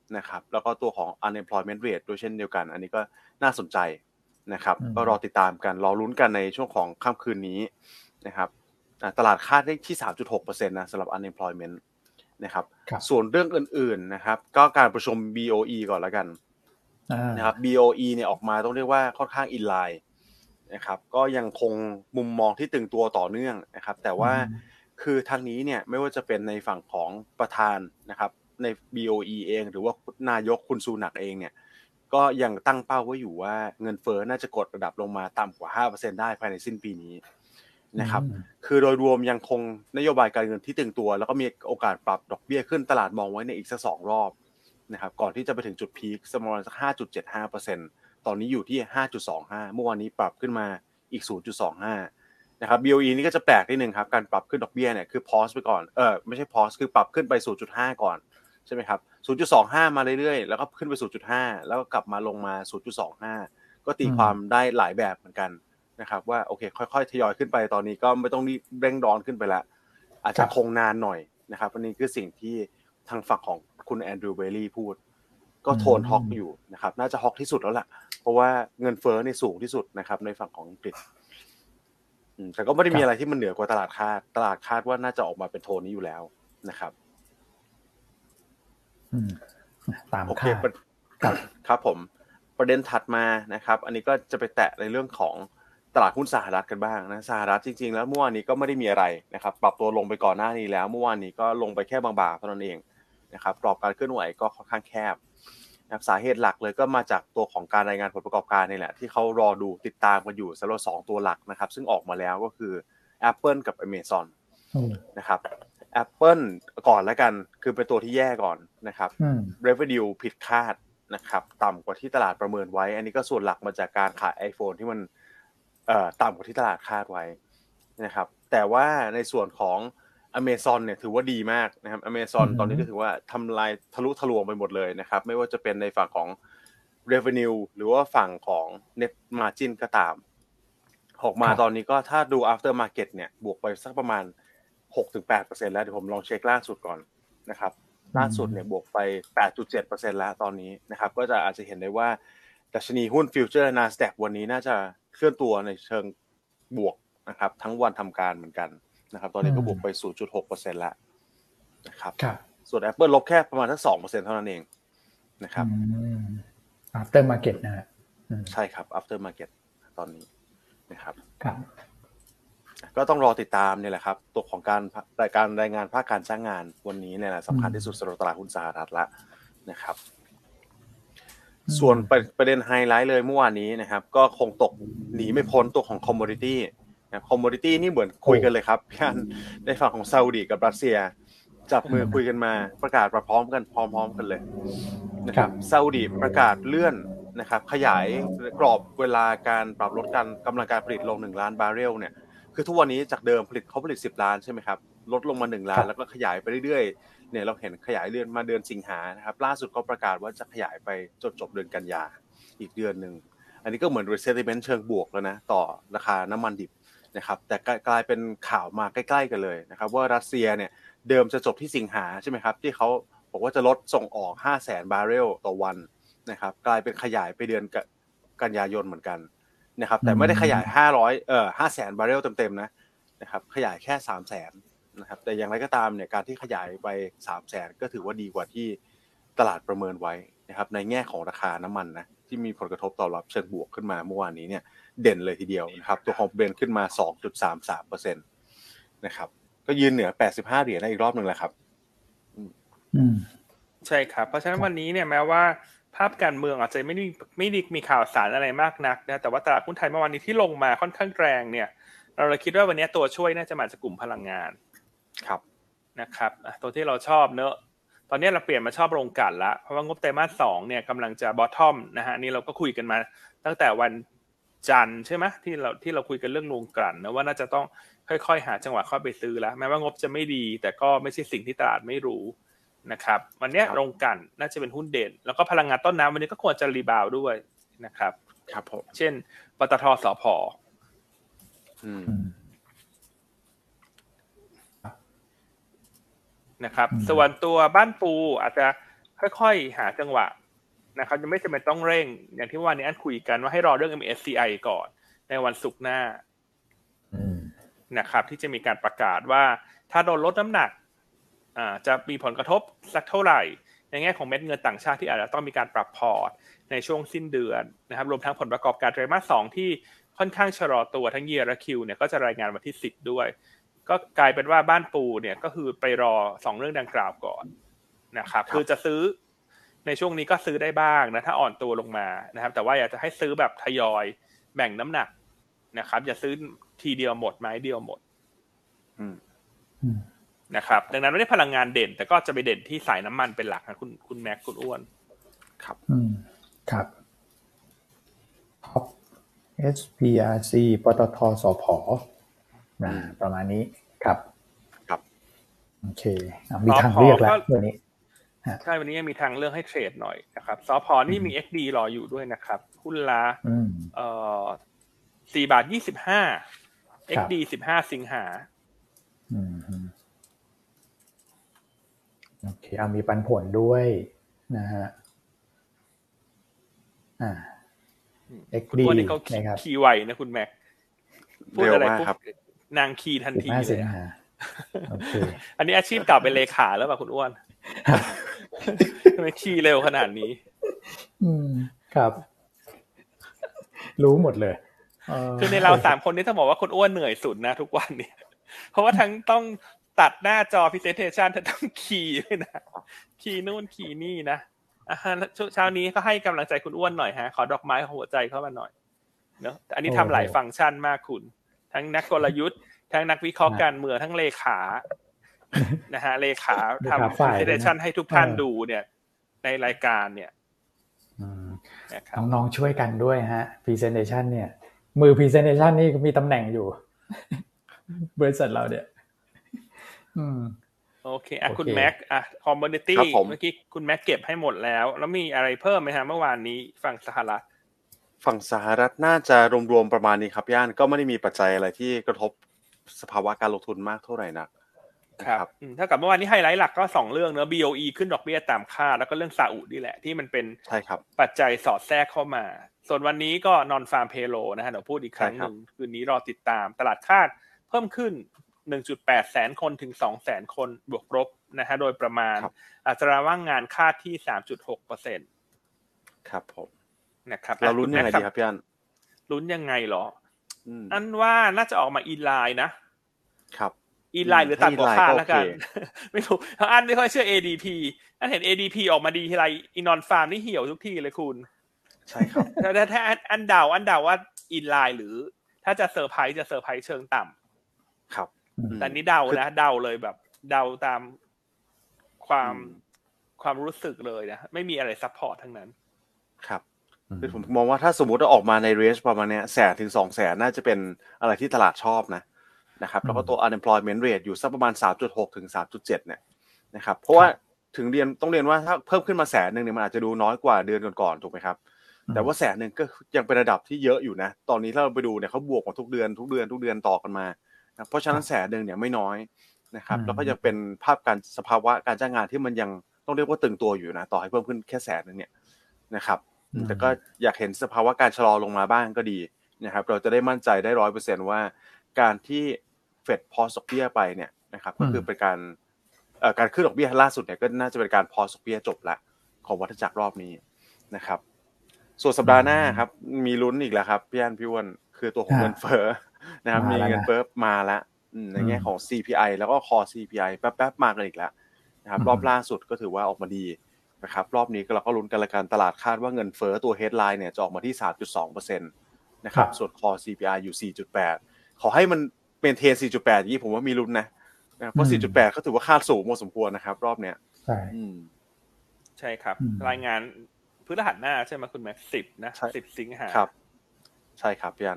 [SPEAKER 3] นะครับแล้วก็ตัวของ unemployment rate ด้วยเช่นเดียวกันอันนี้ก็น่าสนใจนะครับก็รอติดตามกันรอลุ้นกันในช่วงของค่ำคืนนี้นะครับตลาดคาดได้ที่ สามจุดหกเปอร์เซ็นต์ นะสำหรับ unemployment นะครับส่วนเรื่องอื่นๆนะครับก็การประชุม บี โอ อี ก่อนแล้วกันนะครับ บี โอ อี เนี่ยออกมาต้องเรียกว่าค่อนข้างอินไลน์นะครับก็ยังคงมุมมองที่ตึงตัวต่อเนื่องนะครับแต่ว่าคือทางนี้เนี่ยไม่ว่าจะเป็นในฝั่งของประธานนะครับใน บี โอ อี เองหรือว่านายกคุณซูนักเองเนี่ยก็ยังตั้งเป้าไว้อยู่ว่าเงินเฟ้อน่าจะกดระดับลงมาต่ำกว่า ห้าเปอร์เซ็นต์ ได้ภายในสิ้นปีนี้นะครับคือโดยรวมยังคงนโยบายการเงินที่ตึงตัวแล้วก็มีโอกาสปรับดอกเบี้ยขึ้นตลาดมองไว้ในอีกสักสองรอบนะครับก่อนที่จะไปถึงจุดพีคประมาณสัก ห้าจุดเจ็ดห้าเปอร์เซ็นต์ ตอนนี้อยู่ที่ ห้าจุดสองห้า เมื่อวานนี้ปรับขึ้นมาอีก ศูนย์จุดสองห้า นะครับ บี โอ อี นี่ก็จะแปลกนิดนึงครับการปรับขึ้นดอกเบี้ยเนี่ยคือ pause ไปก่อนเออไม่ใช่ pause คือปรับขึ้นไป ศูนย์จุดห้า ก่อนใช่ไหมครับ ศูนย์จุดสองห้า มาเรื่อยๆแล้วก็ขึ้นไป ศูนย์จุดห้า แล้วก็กลับมาลงมา ศูนย์จุดสองห้า ก็ตีความได้หลายแบบเหมือนกันนะครับว่าโอเคค่อยๆทยอยขึ้นไปตอนนี้ก็ไม่ต้องรีบเร่งร้อนขึ้นไปละอาจจะคงนานหน่อยนะครับอันนี้คือสิ่งที่ทางฝั่งของคุณแอนดรูว์เบลลี่พูดก็โทนฮอกอยู่นะครับน่าจะฮอกที่สุดแล้วล่ะเพราะว่าเงินเฟ้อนี่สูงที่สุดนะครับในฝั่งของอังกฤษแต่ก็ไม่ได้มีอะไรที่มันเหนือกว่าตลาดคาดตลาดคาดว่าน่าจะออกมาเป็นโทนนี้อยู่แล้วนะครับ
[SPEAKER 1] ตาม
[SPEAKER 3] คาดครับผมประเด็นถัดมานะครับอันนี้ก็จะไปแตะในเรื่องของตลาดหุ้นสหรัฐกันบ้างนะสหรัฐจริงๆแล้วเมื่อวานนี้ก็ไม่ได้มีอะไรนะครับปรับตัวลงไปก่อนหน้านี้แล้วเมื่อวานนี้ก็ลงไปแค่บางๆเท่านั้นเองนะครับกรอบการเคลื่อนไหวก็ค่อนข้างแคบสาเหตุหลักเลยก็มาจากตัวของการรายงานผลประกอบการนี่แหละที่เขารอดูติดตามกันอยู่สำหรับสองตัวหลักนะครับซึ่งออกมาแล้วก็คือ Apple กับ Amazon นะครับ Apple ก่อนแล้วกันคือเป็นตัวที่แย่ก่อนนะครับ Revenue ผิดคาดนะครับต่ำกว่าที่ตลาดประเมินไว้อันนี้ก็ส่วนหลักมาจากการขาย iPhone ที่มันเอ่อต่ำกว่าที่ตลาดคาดไว้นะครับแต่ว่าในส่วนของAmazon เนี่ยถือว่าดีมากนะครับ Amazon ตอนนี้ก็ถือว่าทำลายทะลุทะลวงไปหมดเลยนะครับไม่ว่าจะเป็นในฝั่งของ revenue หรือว่าฝั่งของ net margin ก็ตามออกมาตอนนี้ก็ถ้าดู after market เนี่ยบวกไปสักประมาณ หกถึงแปดเปอร์เซ็นต์ แล้วเดี๋ยวผมลองเช็คล่าสุดก่อนนะครับล่าสุดเนี่ยบวกไป แปดจุดเจ็ดเปอร์เซ็นต์ แล้วตอนนี้นะครับก็จะอาจจะเห็นได้ว่าดัชนีหุ้นฟิวเจอร์ Nasdaq วันนี้น่าจะเคลื่อนตัวในเชิงบวกนะครับทั้งวันทำการเหมือนกันนะครับตอนนี้ก็บวกไป ศูนย์จุดหกเปอร์เซ็นต์ แล้วนะครับส่วน Apple ลบแค่ประมาณสัก สองเปอร์เซ็นต์ เท่านั้นเองนะครับ
[SPEAKER 1] after market นะฮะ
[SPEAKER 3] ใช่ครับ after market ตอนนี้นะครับ
[SPEAKER 1] ครับ
[SPEAKER 3] ก็ต้องรอติดตามนี่แหละครับตัวของการรายการรายงานภาคการจ้างงานวันนี้เนี่ยแหละสำคัญที่สุดสำหรับตลาดหุ้นสหรัฐละนะครับส่วนประเด็นไฮไลท์เลยเมื่อวานนี้นะครับก็คงตกหนีไม่พ้นตัวของ commodityคอมโมดิตี้นี่เหมือนคุยกันเลยครับพี่อันในฝั่งของซาอุดิกับรัสเซียจับมือคุยกันมาประกาศมาพร้อมกันพร้อมๆกันเลยนะครับซาอุดิประกาศเลื่อนนะครับขยายกรอบเวลาการปรับลดการกำลังการผลิตลงหนึ่งล้านบาร์เรลเนี่ยคือทุกวันนี้จากเดิมผลิตเขาผลิตสิบล้านใช่ไหมครับลดลงมาหนึ่งล้านแล้วก็ขยายไปเรื่อยๆเนี่ยเราเห็นขยายเรื่อนมาเดือนสิงหานะครับล่าสุดเขาประกาศว่าจะขยายไปจนจบเดือนกันยาอีกเดือนนึงอันนี้ก็เหมือน sentiment เชิงบวกแล้วนะต่อราคาน้ำมันดิบนะครับแต่กลายเป็นข่าวมาใกล้ๆกันเลยนะครับว่ารัสเซียเนี่ยเดิมจะจบที่สิงหาใช่ไหมครับที่เขาบอกว่าจะลดส่งออก ห้าแสน บาร์เรลต่อวันนะครับกลายเป็นขยายไปเดือนกันยายนเหมือนกันนะครับแต่ไม่ได้ขยายห้าร้อยเอ่อ ห้าแสน บาร์เรลเต็มๆนะนะครับขยายแค่ สามแสน นะครับแต่อย่างไรก็ตามเนี่ยการที่ขยายไป สามแสน ก็ถือว่าดีกว่าที่ตลาดประเมินไว้นะครับในแง่ของราคาน้ำมันนะที่มีผลกระทบต่อรับเชิงบวกขึ้นมาเมื่อวานนี้เนี่ยเด่นเลยทีเดียวนะครับตัวของเบรนท์ขึ้นมา สองจุดสามสามเปอร์เซ็นต์ นะครับก็ยืนเหนือแปดสิบห้าเหรียญได้อีกรอบนึงแล้วครับ
[SPEAKER 1] อืม
[SPEAKER 2] ใช่ครับเพราะฉะนั้นวันนี้เนี่ยแม้ว่าภาพการเมืองอาจจะไม่ได้ไม่ได้มีข่าวสารอะไรมากนักนะแต่ว่าตลาดหุ้นไทยเมื่อวานนี้ที่ลงมาค่อนข้างแรงเนี่ยเราเลยคิดว่าวันนี้ตัวช่วยน่าจะมาจากกลุ่มพลังงาน
[SPEAKER 3] ครับ
[SPEAKER 2] นะครับตัวที่เราชอบเนอะตอนนี้เราเปลี่ยนมาชอบโรงกลั่นละเพราะว่างบไตรมาสสองเนี่ยกำลังจะบอททอมนะฮะนี่เราก็คุยกันมาตั้งแต่วันจันทร์ใช่ไหมที่เราที่เราคุยกันเรื่องโรงกลั่นนะว่าน่าจะต้องค่อยๆหาจังหวะเข้าไปซื้อแล้วแม้ว่างบจะไม่ดีแต่ก็ไม่ใช่สิ่งที่ตลาดไม่รู้นะครับวันนี้โรงกลั่นน่าจะเป็นหุ้นเด่นแล้วก็พลังงานต้นน้ำวันนี้ก็ควรจะรีบาวด้วยนะครับ
[SPEAKER 3] ครับผม
[SPEAKER 2] เช่นปตท.สผ.
[SPEAKER 3] อืม
[SPEAKER 2] นะครับส่วนตัวบ้านปูอาจจะค่อยๆหาจังหวะนะครับจะไม่จำเป็นต้องเร่งอย่างที่วันนี้อันคุยกันว่าให้รอเรื่อง เอ็ม เอส ซี ไอ ก่อนในวันศุกร์หน้านะครับที่จะมีการประกาศว่าถ้าโดนลดน้ำหนักอ่าจะมีผลกระทบสักเท่าไหร่ในแง่ของเม็ดเงินต่างชาติที่อาจจะต้องมีการปรับพอร์ตในช่วงสิ้นเดือนนะครับรวมทั้งผลประกอบการไตรมาสสองที่ค่อนข้างชะลอตัวทั้ง Year และ Q เนี่ยก็จะรายงานวันที่สิบด้วยก็กลายเป็นว่าบ้านปูเนี่ยก็คือไปรอสองเรื่องดังกล่าวก่อนนะครับคือจะซื้อในช่วงนี้ก็ซื้อได้บ้างนะถ้าอ่อนตัวลงมานะครับแต่ว่าอยากจะให้ซื้อแบบทยอยแบ่งน้ำหนักนะครับอย่าซื้อทีเดียวหมดไม้เดียวหมดนะครับดังนั้นไม่ได้พลังงานเด่นแต่ก็จะไปเด่นที่สายน้ำมันเป็นหลักนะคุณคุณแม็กคุณอ้วน
[SPEAKER 1] ครับอืมครับ เอส พี อาร์ ซี ปตท.สผ.นะประมาณนี้ครับ
[SPEAKER 3] ครับ
[SPEAKER 1] โอเคมีทางเลือกแล้ววันนี้
[SPEAKER 2] ใช่วันนี้มีทางเลือกให้เทรดหน่อยนะครับสผ.นี่มี เอ็กซ์ ดี รออยู่ด้วยนะครับหุ้นละเอ่อสี่บาทยี่สิบห้า เอ็กซ์ ดี สิบห้าสิงหา
[SPEAKER 1] อืมโอเคเอามีปันผลด้วยนะฮะอ่า เอ็กซ์ ดี
[SPEAKER 2] นะครับคีย์ไวนะคุณแม็กพูดอะไรปุ๊บนางคีย์ทันทีเลยโอเคอันนี้อาชีพเก่าเป็นเลขาแล้วป่ะคุณอ้วนทำไมคีย์เร็วขนาดนี้
[SPEAKER 1] อืมครับรู้หมดเลย
[SPEAKER 2] คือในเราสามคนนี้ต้องบอกว่าคุณอ้วนเหนื่อยสุดนะทุกวันเนี่ยเพราะว่าทั้งต้องตัดหน้าจอ presentation ทั้งต้องคีย์ด้วยนะคีย์นู่นคีย์นี่นะอ่ะเช้านี้ก็ให้กำลังใจคุณอ้วนหน่อยฮะขอดอกไม้หัวใจเข้ามาหน่อยเนาะอันนี้ทำหลายฟังก์ชันมากคุณทั้งนักกลยุทธ์ทั้งนักวิเคราะห์การเมืองทั้งเลขานะฮะเลขาทำ presentation ให้ทุกท่านดูเนี่ยในรายการเนี่ย
[SPEAKER 1] น้องๆช่วยกันด้วยฮะ presentation เนี่ยมือ presentation นี่มีตำแหน่งอยู่บริษัทเราเนี่ยอืม
[SPEAKER 2] โอเคอ่ะคุณแม็กอ่ะคอมมูนิตี้เมื่อกี้คุณแม็กเก็บให้หมดแล้วแล้วมีอะไรเพิ่มไหมฮะเมื่อวานนี้ฝั่งสหรัฐ
[SPEAKER 3] ฝั่งสหรัฐน่าจะรวมๆประมาณนี้ครับย่านก็ไม่ได้มีปัจจัยอะไรที่กระทบสภาวะการลงทุนมากเท่าไหร่นัก
[SPEAKER 2] ครับเท่ากับเมื่อวานนี้ไฮไลท์หลักก็สองเรื่องเนอะ บี โอ อี ขึ้นดอกเบี้ยตามคาดแล้วก็เรื่องซาอุนี่แหละที่มันเป็น
[SPEAKER 3] ใช่ครับ
[SPEAKER 2] ปัจจัยสอดแทรกเข้ามาส่วนวันนี้ก็ non farm payroll นะฮะเดี๋ยวพูดอีกครั้งนึงคืนนี้รอติดตามตลาดคาดเพิ่มขึ้น หนึ่งจุดแปด แสนคนถึง สองแสนคนบวกลบนะฮะโดยประมาณอัตราว่างงานคาดที่ สามจุดหกเปอร์เซ็นต์
[SPEAKER 3] ครับผม
[SPEAKER 2] นะครับ
[SPEAKER 3] เราลุ้นยังไงดีครับพี่อัน
[SPEAKER 2] ลุ้นยังไงเหรออันว่าน่าจะออกมาอินไลน์นะครับอินไลน์หรือต่ำกว่าคาดแล้วกันไม่รู้อันไม่ค่อยเชื่อ เอ ดี พี อันเห็น เอ ดี พี ออกมาดีทีไรอีนอนฟาร์มนี่เหี่ยวทุกทีเลยคุณ
[SPEAKER 3] ใช่ครับ
[SPEAKER 2] แต่ถ้าอันเดาอันเดาว่าอินไลน์หรือถ้าจะเซอร์ไพรส์จะเซอร์ไพรส์เชิงต่
[SPEAKER 3] ำครับ
[SPEAKER 2] แต่นี้เดานะเดาเลยแบบเดาตามความความรู้สึกเลยนะไม่มีอะไรซัพพอร์ตทั้งนั้น
[SPEAKER 3] ครับคือผมมองว่าถ้าสมมุติว่าออกมาในเรนจ์ประมาณนี้แสนถึงสองแสนน่าจะเป็นอะไรที่ตลาดชอบนะนะครับแล้วก็ตัว unemployment rate อยู่สักประมาณ สามจุดหก ถึง สามจุดเจ็ด เนี่ยนะครับเพราะว่าถึงเรียนต้องเรียนว่าถ้าเพิ่มขึ้นมาแสนนึงเนี่ยมันอาจจะดูน้อยกว่าเดือนก่อนๆถูกไหมครับแต่ว่าแสนนึงก็ยังเป็นระดับที่เยอะอยู่นะตอนนี้ถ้าเราไปดูเนี่ยเขาบวกมาทุกเดือนทุกเดือนทุกเดือนต่อกันมานะเพราะฉะนั้นแสนนึงเนี่ยไม่น้อยนะครับแล้วก็ยังเป็นภาพการสภาวะการจ้างงานที่มันยังต้องเรียกว่าตึงตัวอยู่นะต่อให้เพิ่มขึ้นแค่แสนนึงเนี่ยนะครับแต่ก็อยากเห็นสภาวะการชะลอลงมาบ้างก็ดีนะครับเราจะได้มั่นใจได้ ร้อยเปอร์เซ็นต์ ว่าการที่เฟดพอดอกเบี้ยไปเนี่ยนะครับก็คือเป็นการเอ่อการขึ้นดอกเบี้ยล่าสุดเนี่ยก็น่าจะเป็นการพอดอกเบี้ยจบละของวัฏจักรรอบนี้นะครับส่วนสัปดาห์หน้าครับมีลุ้นอีกแล้วครับพี่อันพี่อ้วนคือตัวของเงินเฟ้อนะครับมีเงินเฟ้อมาแล้วในแง่ของ ซี พี ไอ แล้วก็ Core ซี พี ไอ แป๊บๆมากันอีกแล้วนะครับรอบล่าสุดก็ถือว่าออกมาดีนะครับรอบนี้เราก็ลุ้นกันละกันตลาดคาดว่าเงินเฟ้อตัว headline เนี่ยจะออกมาที่ สามจุดสองเปอร์เซ็นต์ นะครับส่วน Core ซี พี ไอ อยู่ สี่จุดแปด ขอให้มันเป็นเทรน สี่จุดแปด อย่างนี้ผมว่ามีลุ้นนะเพราะ สี่จุดแปด ก็ถือว่าคาดสูงพอสมควรนะครับรอบเนี้ย
[SPEAKER 1] ใช่
[SPEAKER 2] ใช่ครับรายงานพฤหัสหน้าใช่ไหมคุณแม็กสิบนะสิบสิงหา
[SPEAKER 3] ครับใช่ครับพี่อัน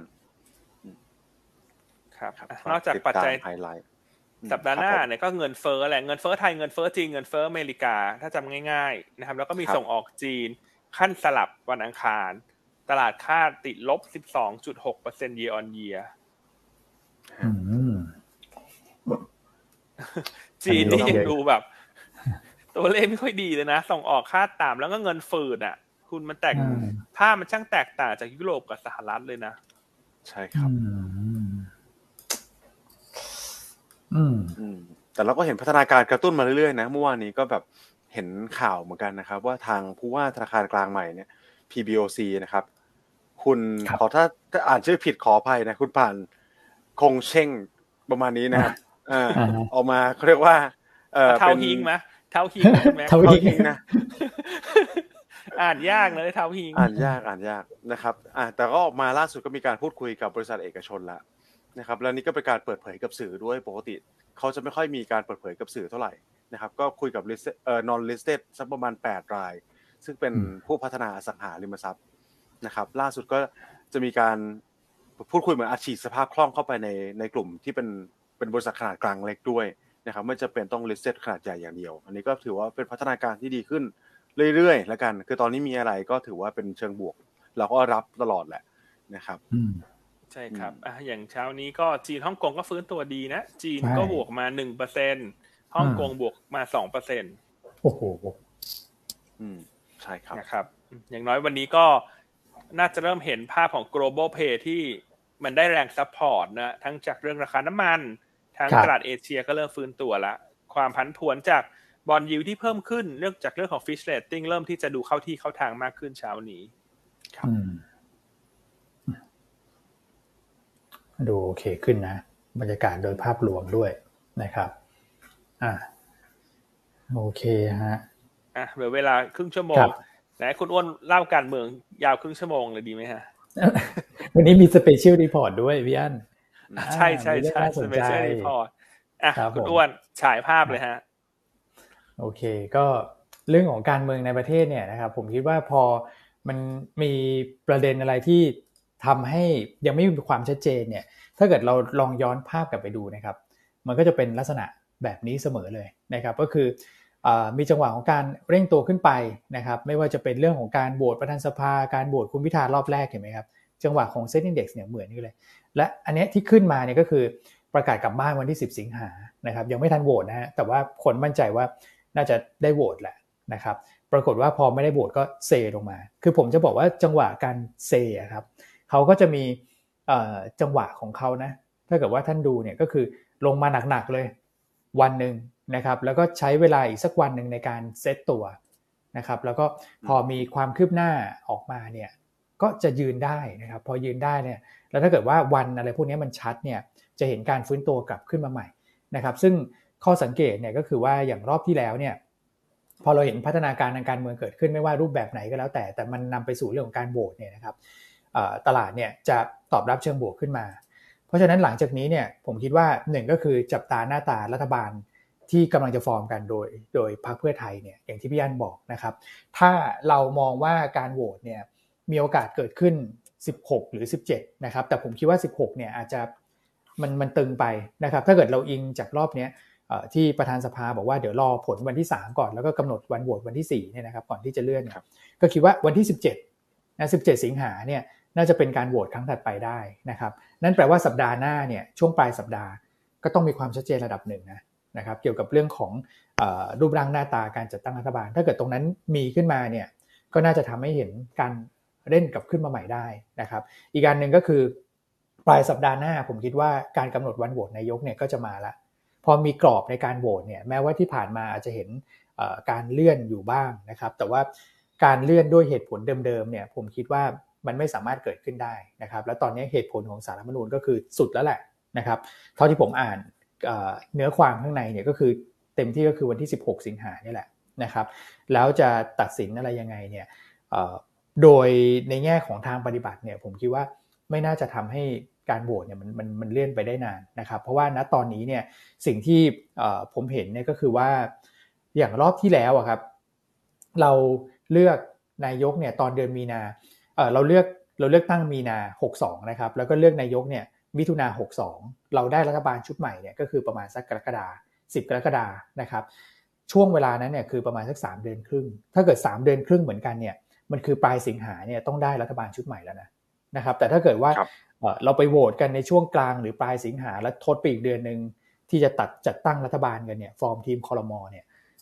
[SPEAKER 2] ครับนอกจากปัจจัยไฮไลท์สัปดาห์หน้าเนี่ยก็เงินเฟ้อแหละเงินเฟ้อไทยเงินเฟ้อจีนเงินเฟ้ออเมริกาถ้าจำง่ายๆนะครับแล้วก็มีส่งออกจีนขั้นสลับวันอังคารตลาดคาดติดลบ สิบสองจุดหกเปอร์เซ็นต์ year on year จีนนี่ยังดูแบบตัวเลขไม่ค่อยดีเลยนะส่งออกค่าต่ำแล้วก็เงินฝืดอ่ะคุณมันแตกภาพมันช่างแตกต่างจากยุโรปกับสหรัฐเลยนะ
[SPEAKER 3] ใช่ครับ
[SPEAKER 1] อืม
[SPEAKER 3] อืมแต่เราก็เห็นพัฒนาการกระตุ้นมาเรื่อยๆนะเมื่อวานนี้ก็แบบเห็นข่าวเหมือนกันนะครับว่าทางผู้ว่าธนาคารกลางใหม่เนี่ย พี บี โอ ซี นะครับคุณขอถ้าถ้าอ่านชื่อผิดขออภัยนะคุณผ่านคงเช่งประมาณนี้นะครับอ่าออกมาเขาเรียกว่าเอ่อ
[SPEAKER 2] เท่าฮิงมั้ยเท่าฮิงคุณแม่
[SPEAKER 1] เท่าฮิง
[SPEAKER 3] นะ
[SPEAKER 2] อ่านยากเลยเท่าฮิง
[SPEAKER 3] อ่านยากอ่านยากนะครับอ่าแต่ก็ออกมาล่าสุดก็มีการพูดคุยกับบริษัทเอกชนแล้วนะครับแล้วนี่ก็เป็นการเปิดเผยกับสื่อด้วยปกติเขาจะไม่ค่อยมีการเปิดเผยกับสื่อเท่าไหร่นะครับก็คุยกับ listed เอ่อ non listed สักประมาณแปดรายซึ่งเป็นผู้พัฒนาอสังหาริมทรัพย์นะครับล่าสุดก็จะมีการพูดคุยเหมือนอาชีพสภาพคล่องเข้าไปในในกลุ่มที่เป็นเป็นบริษัทขนาดกลางเล็กด้วยนะครับไม่จะเป็นต้อง listed ขนาดใหญ่อย่างเดียวอันนี้ก็ถือว่าเป็นพัฒนาการที่ดีขึ้นเรื่อยๆแล้วกันคือตอนนี้มีอะไรก็ถือว่าเป็นเชิงบวกเราก็รับตลอดแหละนะครับ
[SPEAKER 2] ใช่ครับอ่ะอย่างเช้านี้ก็จีนฮ่องกงก็ฟื้นตัวดีนะจีนก็บวกมา หนึ่งเปอร์เซ็นต์ ฮ่องกงบวกมา สองเปอร์เซ็นต์
[SPEAKER 1] โอ้โห
[SPEAKER 3] อืมใช่ครับ
[SPEAKER 2] นะครับอย่างน้อยวันนี้ก็น่าจะเริ่มเห็นภาพของ global pay ที่มันได้แรงซัพพอร์ตนะทั้งจากเรื่องราคาน้ำมันทั้งตลาดเอเชียก็เริ่มฟื้นตัวแล้วความผันผวนจากบอนด์ยิลด์ที่เพิ่มขึ้นเรื่องจากเรื่องของ Fitch Rating เริ่มที่จะดูเข้าที่เข้าทางมากขึ้นเช้านี้
[SPEAKER 1] ครับดูโอเคขึ้นนะบรรยากาศโดยภาพรวมด้วยนะครับอ่าโอเคฮะ
[SPEAKER 2] อ่ะเหลือเวลาครึ่งชั่วโมงไหนคุณอ้วนเล่าการเมืองยาวครึ่งชั่วโมงเลยดีไหมฮะ
[SPEAKER 1] วันนี้มีสเปเชียลรีพอร์ตด้วยพี่อั้น
[SPEAKER 2] ใช่ใช่ใช่สเปเชียลรีพอร์ตอ่ะคุณอ้วนฉายภาพเลยฮะ
[SPEAKER 1] โอเคก็เรื่องของการเมืองในประเทศเนี่ยนะครับผมคิดว่าพอมันมีประเด็นอะไรที่ทำให้ยังไม่มีความชัดเจนเนี่ยถ้าเกิดเราลองย้อนภาพกลับไปดูนะครับมันก็จะเป็นลักษณะแบบนี้เสมอเลยนะครับก็คือมีจังหวะของการเร่งตัวขึ้นไปนะครับไม่ว่าจะเป็นเรื่องของการโหวตประธานสภาการโหวตคุณพิธารอบแรกเห็นไหมครับจังหวะของ Set Index เนี่ยเหมือนกันเลยและอันนี้ที่ขึ้นมาเนี่ยก็คือประกาศกลับบ้านวันที่สิบสิงหานะครับยังไม่ทันโหวตนะฮะแต่ว่าคนมั่นใจว่าน่าจะได้โหวตแหละนะครับปรากฏว่าพอไม่ได้โหวตก็เซลงมาคือผมจะบอกว่าจังหวะการเซครับเขาก็จะมีจังหวะของเขานะถ้าเกิดว่าท่านดูเนี่ยก็คือลงมาหนักๆเลยวันนึงนะครับแล้วก็ใช้เวลาอีกสักวันนึงในการเซตตัวนะครับแล้วก็พอมีความคืบหน้าออกมาเนี่ยก็จะยืนได้นะครับพอยืนได้เนี่ยแล้วถ้าเกิดว่าวันอะไรพวกนี้มันชัดเนี่ยจะเห็นการฟื้นตัวกลับขึ้นมาใหม่นะครับซึ่งข้อสังเกตเนี่ยก็คือว่าอย่างรอบที่แล้วเนี่ยพอเราเห็นพัฒนาการทางการเมืองเกิดขึ้นไม่ว่ารูปแบบไหนก็แล้วแต่แต่มันนำไปสู่เรื่องของการโหวตเนี่ยนะครับตลาดเนี่ยจะตอบรับเชิงบวกขึ้นมาเพราะฉะนั้นหลังจากนี้เนี่ยผมคิดว่าหนึ่งก็คือจับตาหน้าตารัฐบาลที่กำลังจะฟอร์มกันโดยโดยพรรคเพื่อไทยเนี่ยอย่างที่พี่อั้นบอกนะครับถ้าเรามองว่าการโหวตเนี่ยมีโอกาสเกิดขึ้นสิบหกหรือสิบเจ็ดนะครับแต่ผมคิดว่าสิบหกเนี่ยอาจจะมันมันตึงไปนะครับถ้าเกิดเราอิงจากรอบนี้ที่ประธานสภาบอกว่าเดี๋ยวรอผลวันที่สามก่อนแล้วก็กำหนดวันโหวตวันที่สี่เนี่ยนะครับก่อนที่จะเลื่อนก็คิดว่าวันที่สิบเจ็ดนะสิบเจ็ดสิงหาเนี่ยน่าจะเป็นการโหวตครั้งถัดไปได้นะครับนั่นแปลว่าสัปดาห์หน้าเนี่ยช่วงปลายสัปดาห์ก็ต้องมีความชัดเจนระดับหนึ่งนะนะครับเกี่ยวกับเรื่องของเอ่อรูปร่างหน้าตาการจัดตั้งรัฐบาลถ้าเกิดตรงนั้นมีขึ้นมาเนี่ยก็น่าจะทำให้เห็นการเล่นกลับขึ้นมาใหม่ได้นะครับอีกการหนึ่งก็คือปลายสัปดาห์หน้าผมคิดว่าการกำหนดวันโหวตนายกเนี่ยก็จะมาละพอมีกรอบในการโหวตเนี่ยแม้ว่าที่ผ่านมาอาจจะเห็นการเลื่อนอยู่บ้างนะครับแต่ว่าการเลื่อนด้วยเหตุผลเดิมๆเนี่ยผมคิดว่ามันไม่สามารถเกิดขึ้นได้นะครับแล้วตอนนี้เหตุผลของศาลรัฐธรรมนูญก็คือสุดแล้วแหละนะครับเท่าที่ผมอ่านเนื้อความข้างในเนี่ยก็คือเต็มที่ก็คือวันที่สิบหกสิงหานี่แหละนะครับแล้วจะตัดสินอะไรยังไงเนี่ยโดยในแง่ของทางปฏิบัติเนี่ยผมคิดว่าไม่น่าจะทำให้การโหวตเนี่ยมันมันมันเลื่อนไปได้นานนะครับเพราะว่าณตอนนี้เนี่ยสิ่งที่ผมเห็นเนี่ยก็คือว่าอย่างรอบที่แล้วอะครับเราเลือกนายกเนี่ยตอนเดือนมีนาเอ่อเราเลือกเราเลือกตั้งมีนาหกสิบสองนะครับแล้วก็เลือกนายกเนี่ยมิถุนาหกสิบสองเราได้รัฐบาลชุดใหม่เนี่ยก็คือประมาณสักกรกฎาคมสิบกรกฎาคมนะครับช่วงเวลานั้นเนี่ยคือประมาณสักสามเดือนครึ่งถ้าเกิดสามเดือนครึ่งเหมือนกันเนี่ยมันคือปลายสิงหาเนี่ยต้องได้รัฐบาลชุดใหม่แล้วนะนะครับแต่ถ้าเกิดว่าเราไปโหวตกันในช่วงกลางหรือปลายสิงหาแล้วทดไปอีกเดือนนึงที่จะตัดจัดตั้งรัฐบาลกันเนี่ยฟอร์มทีมครม.เนี่ย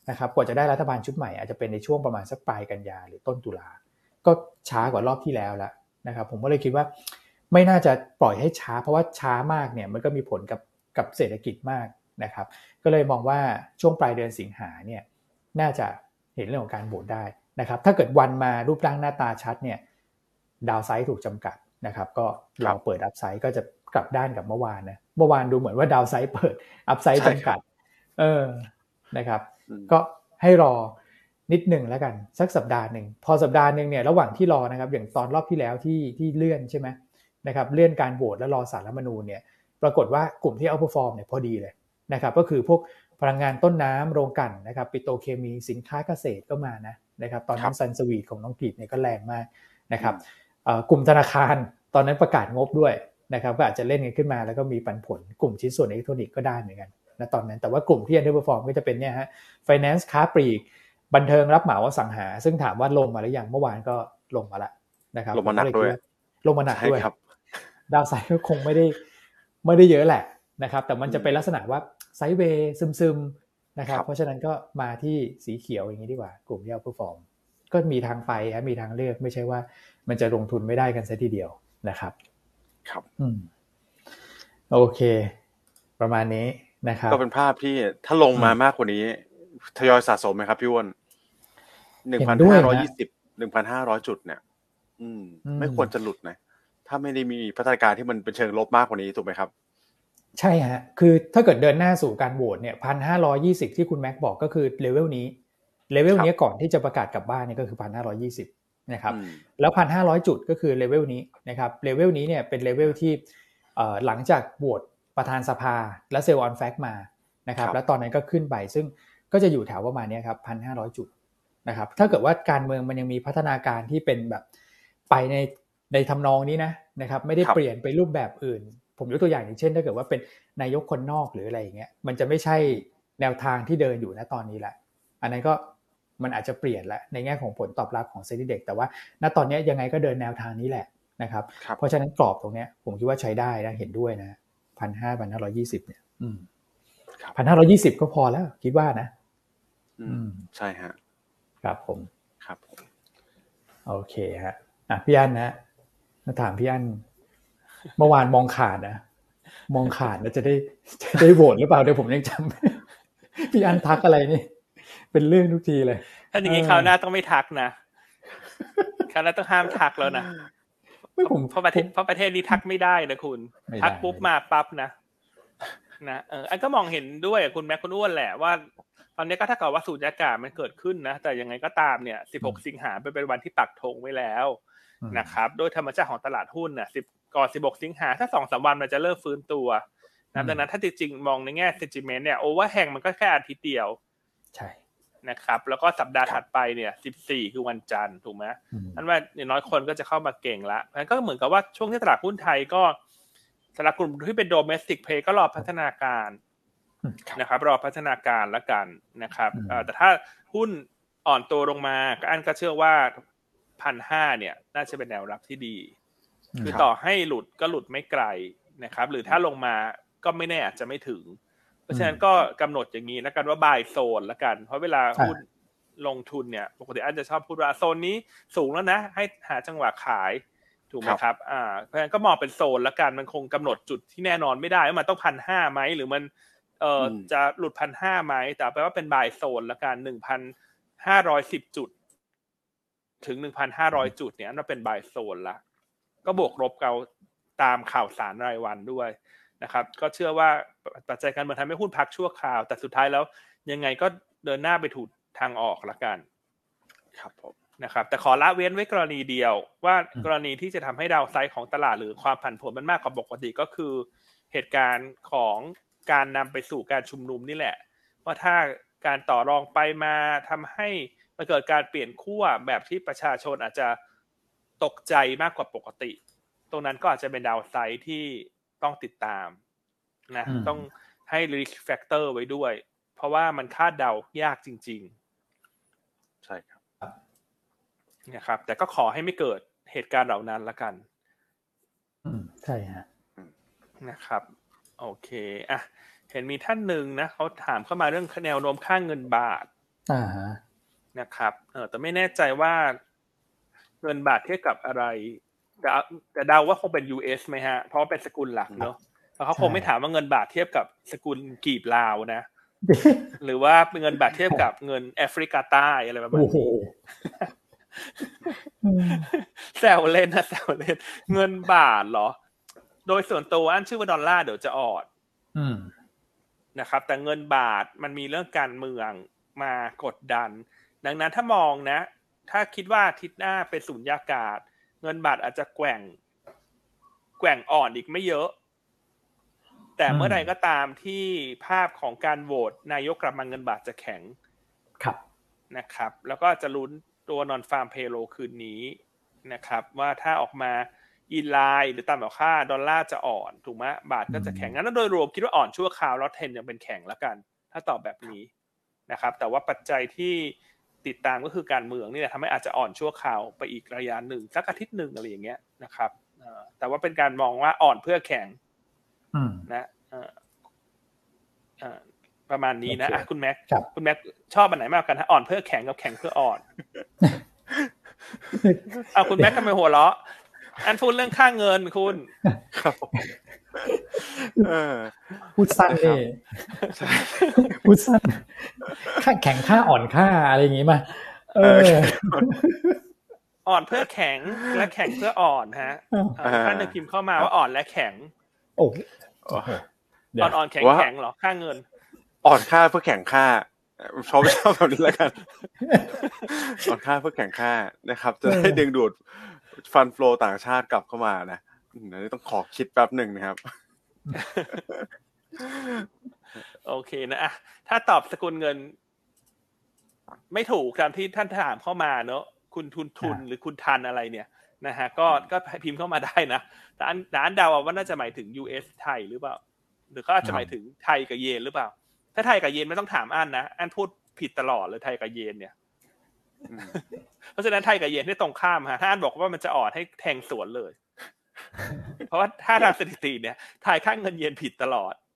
[SPEAKER 1] นะครับกว่าจะได้รัฐบาลชุดใหม่อาจจะเป็นในช่วงประมาณสักปลายกันยาหรือต้นตุลาก็ช้ากว่ารอบที่แล้วแล้วนะครับผมก็เลยคิดว่าไม่น่าจะปล่อยให้ช้าเพราะว่าช้ามากเนี่ยมันก็มีผลกับกับเศรษฐกิจมากนะครับก็เลยมองว่าช่วงปลายเดือนสิงหาเนี่ยน่าจะเห็นเรื่องของการโหวตได้นะครับถ้าเกิดวันมารูปร่างหน้าตาชัดเนี่ยดาวไซด์ถูกจำกัดนะครับก็ลองเปิดอัพไซด์ก็จะกลับด้านกับเมื่อวานนะเมื่อวานดูเหมือนว่าดาวไซด์เปิดอัพไซด์จำกัดเออนะครับก็ให้รอนิดหนึ่งแล้วกันสักสัปดาห์หนึ่งพอสัปดาห์นึงเนี่ยระหว่างที่รอนะครับอย่างตอนรอบที่แล้วที่ที่เลื่อนใช่ไหมนะครับเลื่อนการโหวตแล้วรอสารรัฐธรรมนูญเนี่ยปรากฏว่ากลุ่มที่เอาท์เพอร์ฟอร์มเนี่ยพอดีเลยนะครับก็คือพวกพลังงานต้นน้ำโรงกลั่นนะครับปิโตรเคมีสินค้าเกษตรก็มานะนะครับตอนนั้นซันสวีทของน้องกรีฑเนี่ยก็แรงมากนะครับกลุ่มธนาคารตอนนั้นประกาศงบด้วยนะครับก็อาจจะเล่นกันขึ้นมาแล้วก็มีปันผลกลุ่มชิ้นส่วนอิเล็กทรอนิกส์ก็ได้เหมือนกันนะตอนนั้นแต่ว่ากลุ่มที่อันเดอร์เพอร์ฟอร์มก็จะเป็นเนี่ยฮะ Finance ค้าปลีกบันเทิงรับเหมาอสังหาซึ่งถามว่าลงมาหรือยังเมื่อวานก็ลงมาละนะครับ
[SPEAKER 3] ลงมาหนักด้วย
[SPEAKER 1] ลงมาหนักด้วยดาวไซด์ก็คงไม่ได้ไม่ได้เยอะแหละนะครับแต่มันจะเป็นลักษณะว่าไซด์เวย์ซึมๆนะครับเพราะฉะนั้นก็มาที่สีเขียวอย่างนี้ดีกว่ากลุ่มที่เอาเพอร์ฟอร์มก็มีทางไปฮะมีทางเลือกไม่ใช่ว่ามันจะลงทุนไม่ได้กันซะทีเดียวนะครับ
[SPEAKER 3] ครับ
[SPEAKER 1] อืมโอเคประมาณนี้นะครับ
[SPEAKER 3] ก็เป็นภาพที่ถ้าลงมามากกว่านี้ทยอยสะสมไหมครับพี่อ้วน หนึ่งพันห้าร้อยยี่สิบ หนึ่งพันห้าร้อย จุดเนี่ยอืมไม่ควรจะหลุดนะถ้าไม่ได้มีพัฒนาการที่มันเป็นเชิงลบมากกว่านี้ถูกไหมครับ
[SPEAKER 1] ใช่ฮะคือถ้าเกิดเดินหน้าสู่การโหวตเนี่ย หนึ่งพันห้าร้อยยี่สิบ ที่คุณแม็กบอกก็คือเลเวลนี้เลเวลนี้ก่อนที่จะประกาศกลับบ้านนี่ก็คือ หนึ่งพันห้าร้อยยี่สิบ นะครับแล้ว หนึ่งพันห้าร้อย จุดก็คือเลเวลนี้นะครับเลเวลนี้เนี่ยเป็นเลเวลที่เอ่อหลังจากโหวตประธานสภาและเซลล์ออนแฟกต์มานะครับแล้วตอนนั้นก็ขึ้นไปซึ่งก็จะอยู่แถวประมาณนี้ครับ หนึ่งพันห้าร้อย จุดนะครับถ้าเกิดว่าการเมืองมันยังมีพัฒนาการที่เป็นแบบไปในในทำนองนี้นะนะครับไม่ได้เปลี่ยนไปรูปแบบอื่นผมยกตัวอย่างอย่างเช่นถ้าเกิดว่าเป็นนายกคนนอกหรืออะไรอย่างเงี้ยมันจะไม่ใช่แนวทางที่เดินอยู่ณตอนนี้แหละอันนั้นก็มันอาจจะเปลี่ยนละในแง่ของผลตอบรับของเซนิเด็กแต่ว่าณตอนนี้ยังไงก็เดินแนวทางนี้แหละนะครับเพราะฉะนั้นกรอบตรงเนี้ยผมคิดว่าใช้ได้นะเห็นด้วยนะ หนึ่งพันห้าร้อย หนึ่งพันห้าร้อยยี่สิบ เนี่ยอืม หนึ่งพันห้าร้อยยี่สิบ ก็พอแล้วคิดว่านะ
[SPEAKER 3] อืมใช่ฮะ
[SPEAKER 1] ครับผม
[SPEAKER 3] ครับผม
[SPEAKER 1] โอเคฮะอ่ะพี่อั้นนะมาถามพี่อั้นเมื่อวานมองขาดนะมองขาดแล้วจะได้จะได้โหวตหรือเปล่าเดี๋ยวผมยังจำพี่อั้นทักอะไรนี่เป็นเรื่องทุกทีเลย
[SPEAKER 2] ถ้าอย่างนี้คราวหน้าต้องไม่ทักนะคราวหน้าต้องห้ามทักแล้วนะ
[SPEAKER 1] ไม่ผม
[SPEAKER 2] เพราะประเทศเพราะประเทศนี้ทักไม่ได้นะคุณทักปุ๊บมาปั๊บนะนะเอออันก็มองเห็นด้วยกับคุณแม็กคุณอ้วนแหละว่าตอนนี้ก็ถ้าเกิดว่าสูญญากาศมันเกิดขึ้นนะแต่ยังไงก็ตามเนี่ยสิบหกสิงหาคมเป็นวันที่ปักธงไว้แล้วนะครับโดยธรรมชาติของตลาดหุ้นน่ะสิบก่อนสิบหกสิงหาคมถ้า สองถึงสาม วันมันจะเริ่มฟื้นตัวนะดังนั้นถ้าจริงๆมองในแง่ sentiment เนี่ยโอเวอร์แฮงมันก็แค่อาทิตย์เดียว
[SPEAKER 1] ใช่
[SPEAKER 2] นะครับแล้วก็สัปดาห์ถัดไปเนี่ยสิบสี่คือวันจันทร์ถูกมั้ยนั่นว่าอย่างน้อยคนก็จะเข้ามาเก่งละมันก็เหมือนกับว่าช่วงที่ตลาดหุ้นไทยก็สำหรับกลุ่มที่เป็น domestic play ก็รอพัฒนาการนะครับรอพัฒนาการละกันนะครับแต่ถ้าหุ้นอ่อนตัวลงมาก็อันก็เชื่อว่า หนึ่งพันห้าร้อย เนี่ยน่าจะเป็นแนวรับที่ดีคือต่อให้หลุดก็หลุดไม่ไกลนะครับหรือถ้าลงมาก็ไม่แน่อาจจะไม่ถึงเพราะฉะนั้นก็กำหนดอย่างนี้แล้วกันว่า buy zone ละกันเพราะเวลาหุ้นลงทุนเนี่ยปกติอันจะชอบพูดว่าโซนนี้สูงแล้วนะให้หาจังหวะขายถูกไหมครับอ่าเพราะฉะนั้นก็มองเป็นโซนละกันมันคงกำหนดจุดที่แน่นอนไม่ได้ว่ามันต้อง หนึ่งพันห้าร้อย มั้ยหรือมันเอ่อจะหลุด หนึ่งพันห้าร้อย มั้ยแต่แปลว่าเป็น buy zone ละกัน หนึ่งพันห้าร้อยสิบ จุดถึง หนึ่งพันห้าร้อย จุดเนี่ยมันเป็น buy zone ละก็บวกลบเอาตามข่าวสารรายวันด้วยนะครับก็เชื่อว่าปัจจัยการเมืองทำให้หุ้นพักชั่วคราวแต่สุดท้ายแล้วยังไงก็เดินหน้าไปถูกทางออกละกัน
[SPEAKER 3] ครับผม
[SPEAKER 2] นะครับแต่ขอละเว้นไว้กรณีเดียวว่ากรณีที่จะทำให้ดาวไซด์ของตลาดหรือความผันผวนมันมากกว่าปกติก็คือเหตุการณ์ของการนำไปสู่การชุมนุมนี่แหละว่าถ้าการต่อรองไปมาทำให้มันเกิดการเปลี่ยนขั้วแบบที่ประชาชนอาจจะตกใจมากกว่าปกติตรงนั้นก็อาจจะเป็นดาวไซด์ที่ต้องติดตามนะต้องให้ risk factor ไว้ด้วยเพราะว่ามันคาดเดายากจริง
[SPEAKER 3] ๆใช่ครับ
[SPEAKER 2] นะครับแต่ก็ขอให้ไม่เกิดเหตุการณ์เหล่านั้นละกัน
[SPEAKER 1] อืมใช่ฮะ
[SPEAKER 2] นะครับโอเคอ่ะเห็นมีท่านหนึ่งนะเขาถามเข้ามาเรื่องแนวโน้มค่าเงินบาท
[SPEAKER 1] อ่าฮะ
[SPEAKER 2] นะครับเออแต่ไม่แน่ใจว่าเงินบาทเทียบกับอะไรแต่แต่เดาว่าคงเป็น ยู เอส ไหมฮะเพราะเป็นสกุลหลักเนอะแล้วเขาคงไม่ถามว่าเงินบาทเทียบกับสกุลกีบลาวนะหรือว่าเป็นเงินบาทเทียบกับเงินแอฟริกาใต้อะไรประมาณนี้แซวเล่นนะแซวเล่นเงินบาทเหรอโดยส่วนตัวอันชื่อว่าดอลลาร์เดี๋ยวจะอ่อนนะครับแต่เงินบาทมันมีเรื่องการเมืองมากดดันดังนั้นถ้ามองนะถ้าคิดว่าอาทิตย์หน้าเป็นสุญญากาศเงินบาทอาจจะแกว่งแกว่งอ่อนอีกไม่เยอะแต่เมื่อใดก็ตามที่ภาพของการโหวตนายกกลับมาเงินบาทจะแข็ง
[SPEAKER 1] ครับ
[SPEAKER 2] นะครับแล้วก็จะลุ้นตัวนอนฟาร์มเพโลคืนนี้นะครับว่าถ้าออกมาอินไลน์หรือต่ำกว่าค่าดอลลาร์จะอ่อนถูกไหมบาทก็จะแข็งงั้นโดยรวมคิดว่าอ่อนชั่วคราวแล้วเทรนยังเป็นแข็งแล้วกันถ้าตอบแบบนี้นะครับแต่ว่าปัจจัยที่ติดตามก็คือการเมืองนี่แหละทำให้อาจจะอ่อนชั่วคราวไปอีกระยะหนึ่งสักอาทิตย์หนึ่งอะไรอย่างเงี้ยนะครับแต่ว่าเป็นการมองว่าอ่อนเพื่อแข็งนะประมาณนี้นะคุณแม็กคุณแม็กชอบอันไหนมากกันฮะอ่อนเพื่อแข็งกับแข็งเพื่ออ่อนเอาคุณแม็กทำไมหัวเราะอันพูดเรื่องค่าเงินคุณ
[SPEAKER 3] ครับ
[SPEAKER 1] พูดสั้นเลยพูดสั้นค่าแข็งค่าอ่อนค่าอะไรอย่างงี้มาเออ
[SPEAKER 2] อ่อนเพื่อแข็งและแข็งเพื่ออ่อนฮะท่านนึงพิมพ์เข้ามาว่าอ่อนและแข็ง
[SPEAKER 1] โอ้
[SPEAKER 2] อ่อนอ่อนแข็งแข็งเหรอค่าเงิน
[SPEAKER 3] อ่อนค่าเพื่อแข็งค่าชอบชอบแบบนี้แล้วกันอ่อนค่าเพื่อแข็งค่านะครับจะได้ดึงดูดฟันโฟลต่างชาติกลับเข้ามานะเดี๋ยวต้องขอคิดแป๊บหนึ่งนะครับ
[SPEAKER 2] โอเคนะอ่ะถ้าตอบสกุลเงินไม่ถูกตามที่ท่านถามเข้ามาเนอะคุณทุนทุนหรือคุณทันอะไรเนี่ยนะฮะก็ก็พิมพ์เข้ามาได้นะแต่อันแต่อันเดาว่าน่าจะหมายถึง ยู เอส ไทยหรือเปล่าหรือก็อาจจะหมายถึงไทยกับเยนหรือเปล่าถ้าไทยกับเยนไม่ต้องถามอันนะอันพูดผิดตลอดเลยไทยกับเยนเนี่ยเพราะฉะนั้นไทยกับเยนให้ตรงข้ามฮะถ้าอันบอกว่ามันจะอ่อนให้แทงสวนเลยเพราะว่าถ้าทางสถิติเนี่ยไทยค่าเงินเยนผิดตลอด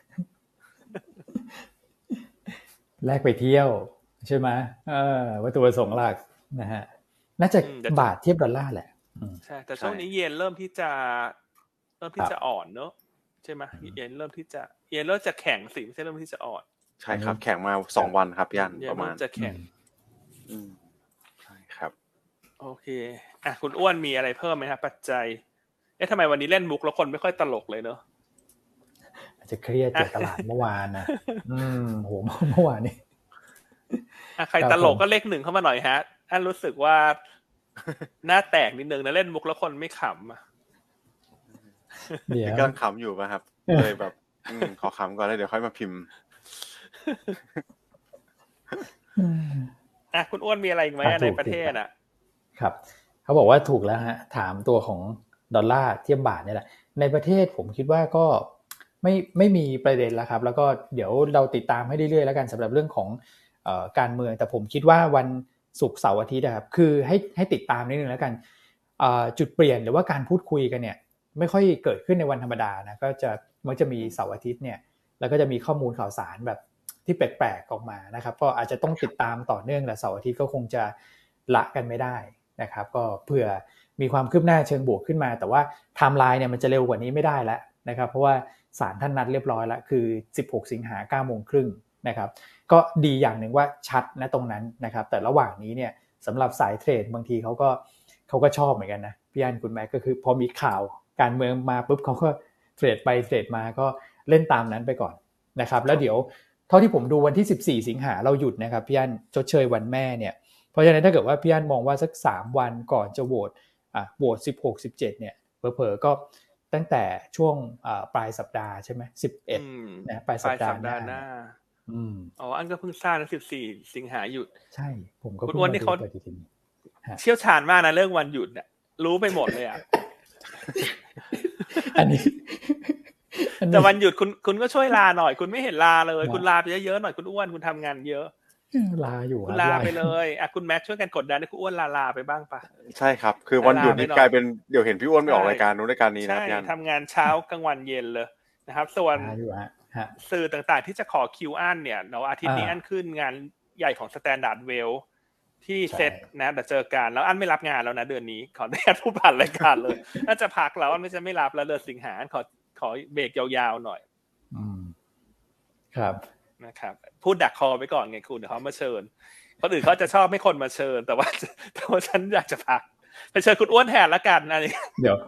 [SPEAKER 1] แลกไปเที่ยวใช่ไหมเออวัตถุประสงค์หลักนะฮะน่าจะบาทเทียบดอลลาร์แหละ
[SPEAKER 2] ใช่แต่ช่วงนี้เยนเริ่มที่จะเริ่มที่จะอ่อนเนอะใช่ไหมเยนเริ่มที่จะเยนเริ่มจะแข็งสิไม่ใช่เริ่มที่จะอ่อน
[SPEAKER 3] ใช่ครับแข็งมาสองวันครับยันประมาณ
[SPEAKER 2] จะแข็ง
[SPEAKER 3] ใช่ครับ
[SPEAKER 2] โอเคอ่ะคุณอ้วนมีอะไรเพิ่มไหมครับปัจจัยเอ๊ะทำไมวันนี้เล่นมุกแล้วคนไม่ค่อยตลกเลยเนอะ
[SPEAKER 1] อาจจะเครียดจากตลาดเมื่อวานนะอืมโหเมื่อวานนี้
[SPEAKER 2] อ่ะใครตลกก็เลขหนึ่งเข้ามาหน่อยฮะอันรู้สึกว่าหน้าแตกนิดนึงนะเล่นมุกแล้วคนไม่ขำอ่ะ
[SPEAKER 3] เดี๋ยวกำลังขำอยู่ป่ะครับเลยแบบขอขำก่อนแล้วเดี๋ยวค่อยมาพิมพ์
[SPEAKER 2] อ่ะคุณอ้วนมีอะไรอีกไหมในประเทศอ่ะ
[SPEAKER 1] ครับเขาบอกว่าถูกแล้วฮะถามตัวของดอลลาร์เทียบบาทนี่แหละในประเทศผมคิดว่าก็ไม่ไม่มีประเด็นแล้วครับแล้วก็เดี๋ยวเราติดตามให้เรื่อยๆแล้วกันสำหรับเรื่องของเอ่อการเมืองแต่ผมคิดว่าวันศุกร์เสาร์อาทิตย์นะครับคือให้ให้ติดตามนิดนึงแล้วกันเอ่อจุดเปลี่ยนหรือว่าการพูดคุยกันเนี่ยไม่ค่อยเกิดขึ้นในวันธรรมดานะก็จะมันจะมีเสาร์อาทิตย์เนี่ยแล้วก็จะมีข้อมูลข่าวสารแบบที่แปลกๆออกมานะครับก็อาจจะต้องติดตามต่อเนื่องแต่เสาร์อาทิตย์ก็คงจะละกันไม่ได้นะครับก็เผื่อมีความคืบหน้าเชิงบวกขึ้นมาแต่ว่าไทม์ไลน์เนี่ยมันจะเร็วกว่านี้ไม่ได้แล้วนะครับเพราะว่าศาลท่านนัดเรียบร้อยแล้วคือสิบหกสิงหาคม เก้าโมงครึ่งนะครับก็ดีอย่างหนึ่งว่าชัดนะตรงนั้นนะครับแต่ระหว่างนี้เนี่ยสำหรับสายเทรดบางทีเขาก็เขาก็ชอบเหมือนกันนะพี่อันคุณแม็กก็คือพอมีข่าวการเมืองมาปุ๊บเขาก็เทรดไปเทรดมาก็เล่นตามนั้นไปก่อนนะครับแล้วเดี๋ยวเท่าที่ผมดูวันที่สิบสี่สิงหาเราหยุดนะครับพี่อันชดเชยวันแม่เนี่ยเพราะฉะนั้นถ้าเกิดว่าพี่อันมองว่าสักสามวันก่อนจะโหวตอ่ะโหวตสิบหก สิบเจ็ดเนี่ยเผลอๆก็ตั้งแต่ช่วงปลายสัปดาห์ใช่ไหมสิบเอ็ดนะปลายสัปดาห์หน้า
[SPEAKER 2] อืมอ๋ออันก็เพิ่งทราบนะสิบสี่สิงหาหยุด
[SPEAKER 1] ใช่ผมก็
[SPEAKER 2] คุณอ้วนนี่เขาเชี่ยวชาญมากนะเรื่องวันหยุดเนี่ยรู้ไปหมดเลยอ่ะ
[SPEAKER 1] อันนี้
[SPEAKER 2] แต่วันหยุดคุณคุณก็ช่วยลาหน่อยคุณไม่เห็นลาเลยคุณลาไปเยอะๆหน่อยคุณอ้วนคุณทำงานเยอะ
[SPEAKER 1] ลาอยู่
[SPEAKER 2] คุณลาไปเลยอ่ะคุณแม็กช่วยกันกดดันให้คุณอ้วนลาลาไปบ้างป่ะ
[SPEAKER 3] ใช่ครับคือวันหยุดนี้กลายเป็นเดี๋ยวเห็นพี่อ้วนไม่ออกรายการนู้นรายการนี้นะพี่อัน
[SPEAKER 2] ทำงานเช้ากลางวันเย็นเลยนะครับส่วนสื่อต่างๆที่จะขอคิวอันเนี่ยเนาะอาทิตย์นี้อันขึ้นงานใหญ่ของ Standard Well ที่เซตนะเดี๋ยวเจอกันแล้วอันไม่รับงานแล้วนะเดือนนี้ขออนุญาตพูดผ่านรายการเลยน่าจะพักแล้วอันไม่จะไม่รับแล้วเดือนสิงหาขอขอเบรกยาวๆหน่อย
[SPEAKER 1] อืมครับ
[SPEAKER 2] นะครับพูดดักคอไว้ก่อนไงคุณเดี๋ยวเขามาเชิญคนอื่นเขาจะชอบให้คนมาเชิญแต่ว่าแต่ว่าฉันอยากจะพักไปเชิญคุณอ้วนแทนละกันอันนี้
[SPEAKER 1] เดี๋ยว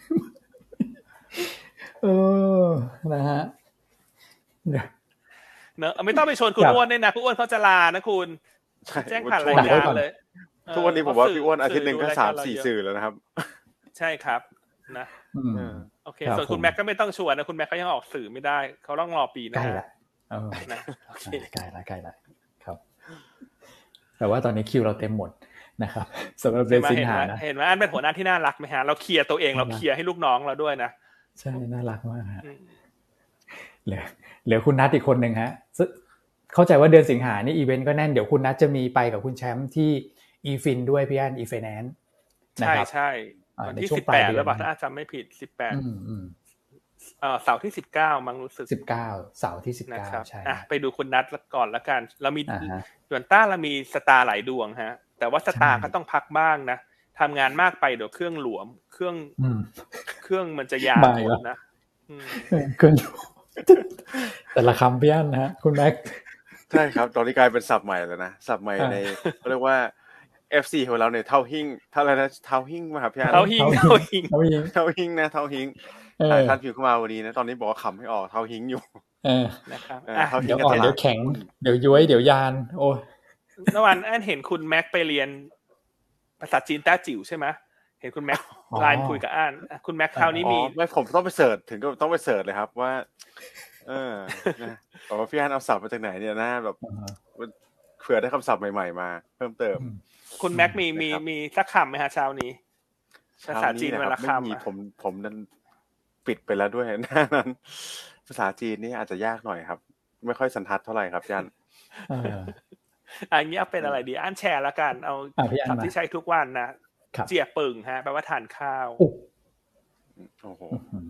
[SPEAKER 1] เออนะฮะ
[SPEAKER 2] เนอะไม่ต้องไปชวนคุณอ้วนด้วยนะคุณอ้วนเขาจะลานะคุณแจ้งผ่านรายการเลย
[SPEAKER 3] ทุกวันนี้ผมว่าพี่อ้วนอาทิตย์นึงก็ สามสี่ สื่อแล้วนะครับ
[SPEAKER 2] ใช่ครับนะโอเคส่วนคุณแม็กก็ไม่ต้องชวนนะคุณแม็กเขายังออกสื่อไม่ได้เขาต้องรอปีหน้า
[SPEAKER 1] ใกล้ละเออนะโอเคใกล้ละใกล้ละครับแต่ว่าตอนนี้คิวเราเต็มหมดนะครับสำหรับเดือนสิงหานะ
[SPEAKER 2] เห็นไหมอันเป็นหัวหน้าที่น่ารักไหมฮะเราเคลียร์ตัวเองเราเคลียร์ให้ลูกน้องเราด้วยนะ
[SPEAKER 1] ใช่น่ารักมากฮะเหลือเหลือคุณนัทอีกคนนึงฮะเข้าใจว่าเดือนสิงหานี่อีเวนต์ก็แน่นเดี๋ยวคุณนัทจะมีไปกับคุณแชมป์ที่อีฟินด้วยพี่อันอีไฟแนนซ์
[SPEAKER 2] นะครับใช่ๆวันที่สิบแปดแล้วป่ะถ้าจำไม่ผิดสิบแปด
[SPEAKER 1] อืม
[SPEAKER 2] เอ่อเสาร์ที่สิบเก้ามั้งรู้สึก
[SPEAKER 1] สิบเก้าเสาร์ที่สิบเก้าใช่
[SPEAKER 2] อ่ะไปดูคุณนัทก่อนละกันเรามีส่วนต้าเรามีสตาร์หลายดวงฮะแต่ว่าสตาร์ก็ต้องพักบ้างนะทำงานมากไปเดี๋ยวเครื่องหลวมเครื่องเครื่องมันจะยาวนะ
[SPEAKER 1] เครื่องแต่ละคำพี่อันนะฮะคุณแม็ก
[SPEAKER 3] ใช่ครับตอนนี้กลายเป็นศัพท์ใหม่แล้วนะศัพท์ใหม่ในเขาเรียกว่า เอฟ ซี ของเราเนี่ยเท่าหิ้งเท่าอะไรนะเท่าหิ้งมาครับพี่อัน
[SPEAKER 2] เท่าหิ้งเท่าหิ้ง
[SPEAKER 3] เท่าหิ้งเท่าหิ้งนะเท่าหิ้งท่านผิวเข้ามาวันนี้นะตอนนี้บอกว่าขำไม่ออกเท่าหิ้งอยู่
[SPEAKER 1] เออ
[SPEAKER 2] นะครับ
[SPEAKER 1] เดี๋ยวอ่อนเดี๋ยวแข็งเดี๋ยวย้วยเดี๋ยวยานโอ้
[SPEAKER 2] เมื่อวานอันเห็นคุณแม็กไปเรียนภาษาจีนแต้จิ๋วใช่ไหมเห็นคุณแม็กไลน์คุยกับอันคุณแม็กคราวนี้มี
[SPEAKER 3] ไม่ผมต้องไปเสิร์ชถึงก็ต้องไปเสิร์ชเลยครับว่าเออนะบอกว่าพี่อันเอาศัพท์มาจากไหนเนี่ยนะแบบเผื่อได้คำศัพท์ใหม่ๆมาเพิ่มเติม
[SPEAKER 2] คุณแม็กมีมีมีสักคำไหมฮะเช้านี้ภาษาจีนเวลาคำ
[SPEAKER 3] ไม่มีผมผมนั้นปิดไปแล้วด้วยนั้นภาษาจีนนี่อาจจะยากหน่อยครับไม่ค่อยสันทัดเท่าไหร่ครับยัน
[SPEAKER 2] อันนี้เอาเป็นอะไรดีอันแชร์ละกันเอาคำที่ใช้ทุกวันนะเจี๋ยปึ่งฮะแปลว่าทานข้าว
[SPEAKER 3] โอ้โห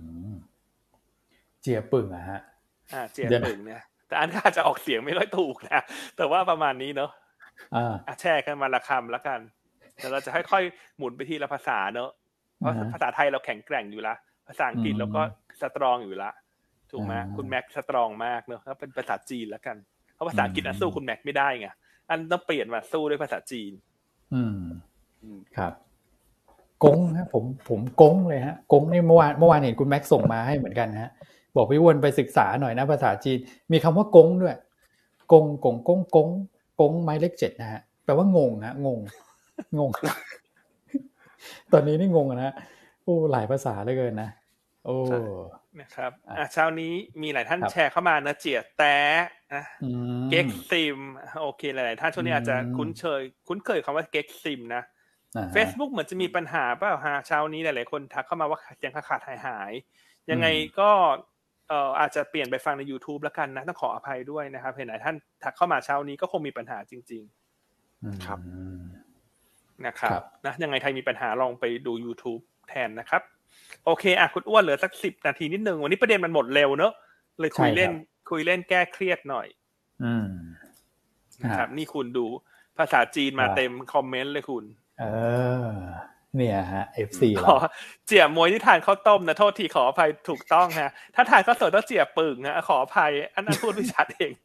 [SPEAKER 1] เจี๋ยปึ่งอะฮะ
[SPEAKER 2] อ่าเจี๋ยปึ่งเนี่ยแต่อันก็อาจจะออกเสียงไม่ค่อยถูกนะแต่ว่าประมาณนี้เนอะอ่าแชร์กันมาละคำละกันเดี๋ยวเราจะค่อยๆหมุนไปทีละภาษาเนอะเพราะภาษาไทยเราแข็งแกร่งอยู่ละภาษาอังกฤษเราก็สตรองอยู่ละถูกไหมคุณแม็กสตรองมากเนอะก็เป็นภาษาจีนละกันเพราะภาษาอังกฤษอันสู้คุณแม็กไม่ได้ไงอันต้องเปลี่ยนมาสู้ด้วยภาษาจีน
[SPEAKER 1] อืมครับกงฮะผมผมกงเลยฮะกงนี่เมื่อวานเมื่อวานเห็นคุณแม็กส่งมาให้เหมือนกันฮะบอกพี่อ้วนไปศึกษาหน่อยนะภาษาจีนมีคำว่ากงด้วยกงกงกงกงกงไม้เลขเจ็ดนะฮะแปลว่างงฮะงงงงตอนนี้นี่งงนะโอ้หลายภาษาเหลือเกินนะโอ้
[SPEAKER 2] นะครับอ่ะเช้านี้มีหลายท่านแชร์เข้ามานะเจียแต้นะเก็กซิมโอเคหลายๆท่านช่วงนี้อาจจะคุ้นเคยคุ้นเคยคำว่าเก็กซิมนะ Facebook เหมือนจะมีปัญหาเปล่าฮะเช้านี้หลายๆคนทักเข้ามาว่าเสียงขาดหายๆยังไงก็เอ่ออาจจะเปลี่ยนไปฟังใน YouTube แล้วกันนะต้องขออภัยด้วยนะครับเห็นหลายท่านทักเข้ามาเช้านี้ก็คงมีปัญหาจริง
[SPEAKER 1] ๆครับ
[SPEAKER 2] นะครับนะยังไงใครมีปัญหาลองไปดู YouTube แทนนะครับโอเคอ่ะคุณอ้วนเหลือสักสิบนาทีนิดนึงวันนี้ประเด็นมันหมดเร็วเนอะเลยคุยเล่นคุยเล่นแก้เครียดหน่อย
[SPEAKER 1] อืม
[SPEAKER 2] นะครับนี่คุณดูภาษาจีนมาเต็มคอมเมนต์เลยคุณ
[SPEAKER 1] เออเนี่ยฮะ เอฟ ซี
[SPEAKER 2] เราเจี๋ยมวยที่ทานข้าวต้มนะโทษทีขออภัยถูกต้องฮะถ้าทานข้าวสวยต้องเจี๋ยปึ่งนะขออภัยอันนั้นพูดไม่ชัดเอง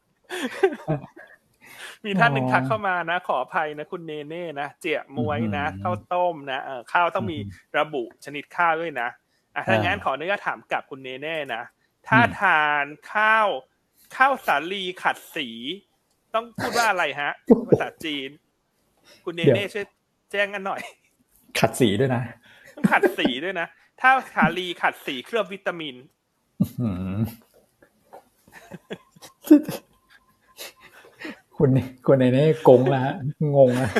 [SPEAKER 2] มีท่านหนึ่งทักเข้ามานะขออภัยนะคุณเนเน่นะเจี๋ยมวยนะข้าวต้มนะเออข้าวต้องมีระบุชนิดข้าวด้วยนะอ่ะถ้างั้นขออนุญาตถามกลับคุณเนเน่นะถ้าทานข้าวข้าวสาลีขัดสีต้องพูดว่าอะไรฮะภาษาจีนคุณเนเน่ช่วยแจ้งกันหน่อย
[SPEAKER 1] ขัดสีด้วยนะ
[SPEAKER 2] ต้องขัดสีด้วยนะถ้าสาลีขัดสีเคลือบวิตามิน
[SPEAKER 1] คุณคุณเนเน่กงแล้วฮะงงนะ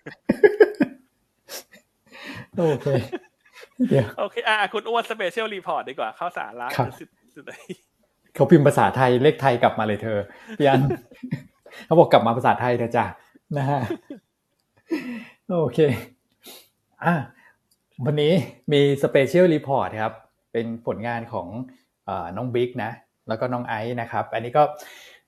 [SPEAKER 1] โอเคเดี๋ยว
[SPEAKER 2] โอเคอ่ะคุณอ้วนสเปเชียลรีพอร์ตดีกว่าเข้าสาระสุดๆเลย
[SPEAKER 1] เขาพิมพ์ภาษาไทยเลขไทยกลับมาเลยเธอพี่อันเขาบอกกลับมาภาษาไทยเถอะจ้ะนะฮะโอเคอ่ะวันนี้มีสเปเชียลรีพอร์ตครับเป็นผลงานของเอ่อน้องบิ๊กนะแล้วก็น้องไอซ์นะครับอันนี้ก็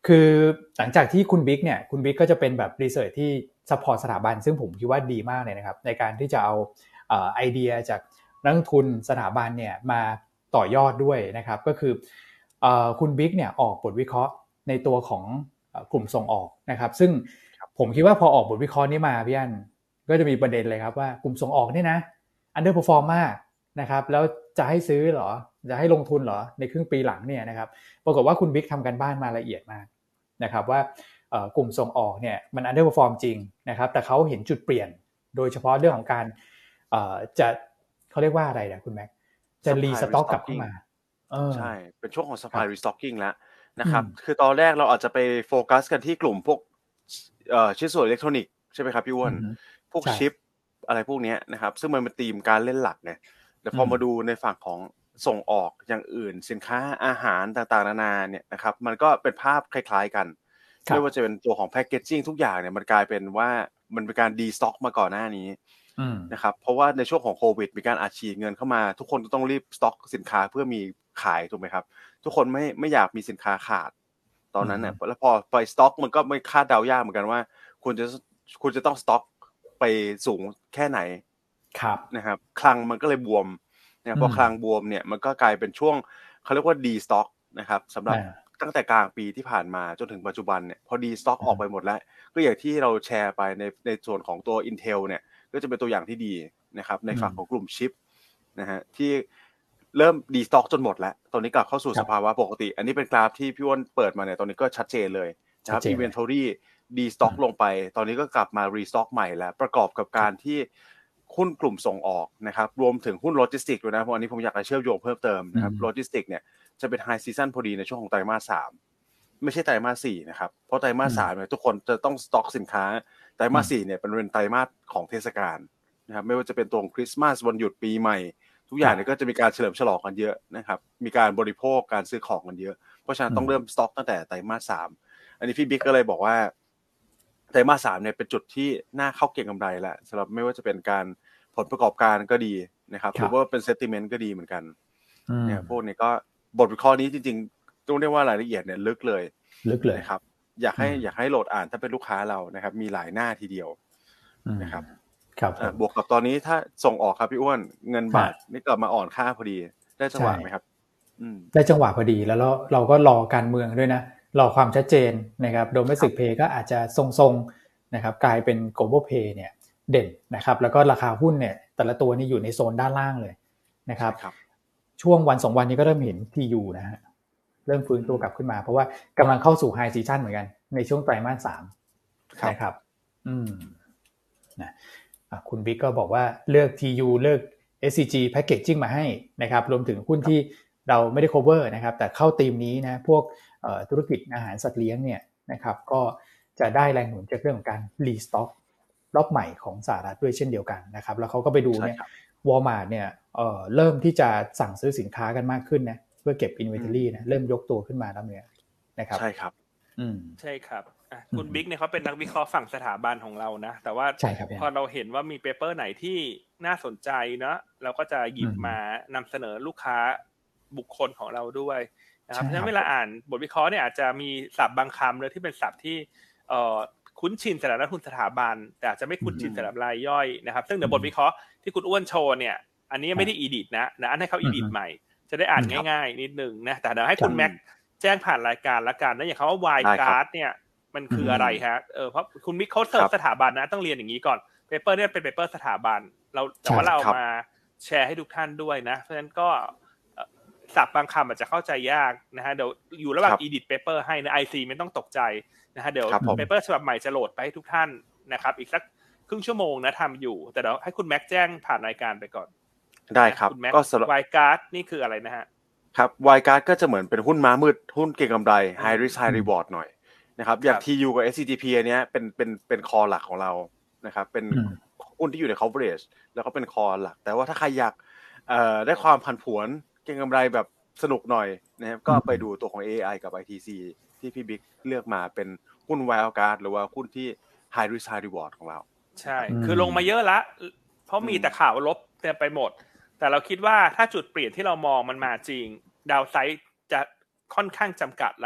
[SPEAKER 1] คือหลังจากที่คุณบิ๊กเนี่ยคุณบิ๊กก็จะเป็นแบบรีเสิร์ชที่ซัพพอร์ตสถาบันซึ่งผมคิดว่าดีมากเลยนะครับในการที่จะเอาเอ่อไอเดียจากนักลงทุนสถาบันเนี่ยมาต่อยอดด้วยนะครับก็คือเอ่อคุณบิ๊กเนี่ยออกบทวิเคราะห์ในตัวของกลุ่มส่งออกนะครับซึ่งผมคิดว่าพอออกบทวิเคราะห์นี้มาพี่อั้นก็จะมีประเด็นเลยครับว่ากลุ่มส่งออกนี่นะอันเดอร์เพอร์ฟอร์มมากนะครับแล้วจะให้ซื้อเหรอจะให้ลงทุนเหรอในครึ่งปีหลังเนี่ยนะครับปรากฏว่าคุณบิ๊กทำกันบ้านมาละเอียดมากนะครับว่ากลุ่มส่งออกเนี่ยมันอันเดอร์เพอร์ฟอร์มจริงนะครับแต่เขาเห็นจุดเปลี่ยนโดยเฉพาะเรื่องของการจะเขาเรียกว่าอะไรนะคุณแม็กจะรีสต็อกกลับเข้ามา
[SPEAKER 3] ใช่เป็นช่วงของ supply restocking แล้วนะครับคือตอนแรกเราอาจจะไปโฟกัสกันที่กลุ่มพวกชิ้นส่วนอิเล็กทรอนิกส์ใช่ไหมครับพี่อ้วนพวกชิปอะไรพวกนี้นะครับซึ่งมันเป็นธีมการเล่นหลักไงแต่พอมาดูในฝั่งของส่งออกอย่างอื่นสินค้าอาหารต่างๆนานาเนี่ยนะครับมันก็เป็นภาพคล้ายๆกันไม่ว่าจะเป็นตัวของแพคเกจจิ้งทุกอย่างเนี่ยมันกลายเป็นว่ามันเป็นการดีสต็อกมาก่อนหน้านี้นะครับเพราะว่าในช่วงของโควิดมีการอัดฉีดเงินเข้ามาทุกคนต้องรีบสต็อกสินค้าเพื่อมีขายถูกไหมครับทุกคนไม่ไม่อยากมีสินค้าขาดตอนนั้นเนี่ยแล้วพอไปสต็อกมันก็ไม่คาดเดายากเหมือนกันว่าคุณจะคุณจะต้องสต็อกไปสูงแค่ไหนนะครับคลังมันก็เลยบวมนะพอคลังบวมเนี่ยมันก็กลายเป็นช่วงเขาเรียกว่าดีสต็อกนะครับสำหรับตั้งแต่กลางปีที่ผ่านมาจนถึงปัจจุบันเนี่ยพอดีสต็อกออกไปหมดแล้วก็อย่างที่เราแชร์ไปในในส่วนของตัว Intel เนี่ยก็จะเป็นตัวอย่างที่ดีนะครับในฝั่งของกลุ่มชิปนะฮะที่เริ่มดีสต็อกจนหมดแล้วตอนนี้กลับเข้าสู่สภาวะปกติอันนี้เป็นกราฟที่พี่อ้วนเปิดมาเนี่ยตอนนี้ก็ชัดเจนเลยนะครับ inventory ดีสต็อกลงไปตอนนี้ก็กลับมารีสต็อกใหม่แล้วประกอบกับการที่หุ้นกลุ่มส่งออกนะครับรวมถึงหุ้นโลจิสติกส์ด้วยนะเพราะอันนี้ผมอยากจะเชื่อมโยงเพิ่มเติมนะครับโลจิสติกส์เนี่ยจะเป็นไฮซีซั่นพอดีในช่วงของไตรมาสสามไม่ใช่ไตรมาสสี่นะครับเพราะไตรมาสสามเนี่ยทุกคนจะต้องสต็อกสินค้าไตรมาสสี่เนี่ยเป็นไตรมาสของเทศกาลนะครับไม่ว่าจะเป็นตรงคริสต์มาสวันหยุดปีใหม่ทุกอย่างเนี่ยก็จะมีการเฉลิมฉลองกันเยอะนะครับมีการบริโภคการซื้อของกันเยอะเพราะฉะนั้นต้องเริ่มสต็อกตั้งแต่ไตรมาสสามอันนี้พี่บิ๊กก็เลยบอกว่าไตรมาสสามเนี่ยเป็นจุดที่น่าเข้าเก็งกำไรแล้วสำหรับไม่ว่าจะเป็นการผลประกอบการก็ดีนะครับหรือว่าเป็นเซนติเมนต์ก็ดีเหมือนกันเนี่ยพวกนี้ก็บทวิเคราะห์นี้จริงๆต้องเรียกว่ารายละเอียดเนี่ยลึกเลย
[SPEAKER 1] ลึกเลย
[SPEAKER 3] นะครับอยากให้อยากให้โหลดอ่านถ้าเป็นลูกค้าเรานะครับมีหลายหน้าทีเดียวนะครับ
[SPEAKER 1] ครับ
[SPEAKER 3] บวกกับตอนนี้ถ้าส่งออกครับพี่อ้วนเงินบาทนี่กลับมาอ่อนค่าพอดีได้จังหวะไหมครับ
[SPEAKER 1] ได้จังหวะพอดีแล้วเราเราก็รอการเมืองด้วยนะรอความชัดเจนนะครับโดเมสติกเพย์ก็อาจจะทรงๆนะครับกลายเป็น global pay เนี่ยเด่นนะครับแล้วก็ราคาหุ้นเนี่ยแต่ละตัวนี่อยู่ในโซนด้านล่างเลยนะครับช่วงวันสองวันนี้ก็เริ่มเห็น ที ยู นะฮะเริ่มฟื้นตัวกลับขึ้นมาเพราะว่ากำลังเข้าสู่ไฮซีซั่นเหมือนกันในช่วงไตรมาสสามนะครับอืมนะคุณบิ๊กก็บอกว่าเลือก ที ยู เลือก เอส ซี จี Packaging มาให้นะครับรวมถึงหุ้นที่เราไม่ได้ cover นะครับแต่เข้าธีมนี้นะพวกธุรกิจอาหารสัตว์เลี้ยงเนี่ยนะครับก็จะได้แรงหนุนจากเรื่องของการรีสต็อกรอบใหม่ของสหรัฐด้วยเช่นเดียวกันนะครับแล้วเขาก็ไปดูเนี่ยวอลมาร์ทเนี่ยเอ่อเริ่มที่จะสั่งซื้อสินค้ากันมากขึ้นนะเพื่อเก็บ inventory นะเริ่มยกตัวขึ้นมาแล้วเนี่ยนะครับ
[SPEAKER 3] ใช่ครับ
[SPEAKER 2] อืมใช่ครับคุณบิ๊กเนี่ยเขาเป็นนักวิเคราะห์ฝั่งสถาบันของเรานะแต่ว่าพอเราเห็นว่ามีเปเปอร์ไหนที่น่าสนใจเนาะเราก็จะหยิบมานำเสนอลูกค้าบุคคลของเราด้วยนะครับเพราะฉะนั้นเวลาอ่านบทวิเคราะห์เนี่ยอาจจะมีศัพท์บางคำเลยที่เป็นศัพท์ที่เอ่อคุ้นชินสำหรับนักทุนสถาบันแต่อาจจะไม่คุ้นชินสำหรับรายย่อยนะครับซึ่งเดี๋ยวบทวิเคราะห์ที่คุณอ้วนโชว์เนี่ยอันนี้ไม่ได้อีดิทนะนะอันให้เขาอีดิทใหม่จะได้อ่านง่ายๆนิดนึงนะแต่เดี๋ยวให้คุณแม็กแจ้งผ่านรายการละกันนะอย่างคำว่า Y Card เนี่ยมันคืออะไรฮะเออเพราะคุณมิกเขาเสิร์ฟสถาบันนะต้องเรียนอย่างนี้ก่อนเปเปอร์เนี่ยเป็นเปเปอร์สถาบันเราแต่ว่าเรามาแชร์ให้ทุกท่านด้วยนะเพราะฉะนั้นก็ศัพท์บางคำอาจจะเข้าใจยากนะฮะเดี๋ยวอยู่ระหว่าง edit paper ให้นะ ไอ ซี ไม่ต้องตกใจนะฮะเดี๋ยว paper ฉบับใหม่จะโหลดไปให้ทุกท่านนะครับอีกสักครึ่งชั่วโมงนะทำอยู่แต่เดี๋ยวให้คุณแม็กแจ้งผ่านรายการไปก่อน
[SPEAKER 3] ได้ครับ
[SPEAKER 2] ก็สำหรับ Y Card นี่คืออะไรนะฮะ
[SPEAKER 3] ครับ Y Card ก็จะเหมือนเป็นหุ้นม้ามืดหุ้นเก็งกำไร high risk high reward หน่อยนะครับอย่าง ที ยู กับ เอส ซี จี พี อันเนี้ยเป็นเป็นเป็นคอหลักของเรานะครับเป็นหุ้นที่อยู่ใน coverage แล้วก็เป็นคอหลักแต่ว่าถ้าใครอยากเอ่อได้ความผันผวนเก็งกำไรแบบสนุกหน่อยนะครับก็ไปดูตัวของ เอ ไอ กับ ไอ ที ซี ที่พี่บิ๊กเลือกมาเป็นหุ้น Wild Card หรือว่าหุ้นที่ high risk high reward ของเรา
[SPEAKER 2] ใช่คือลงมาเยอะละเพราะมีแต่ข่าวลบเต็มไปหมดแต่เราคิดว่าถ้าจุดเปลี่ยนที่เรามองมันมาจริงดาวไซด์จะค่อนข้างจำกัดละ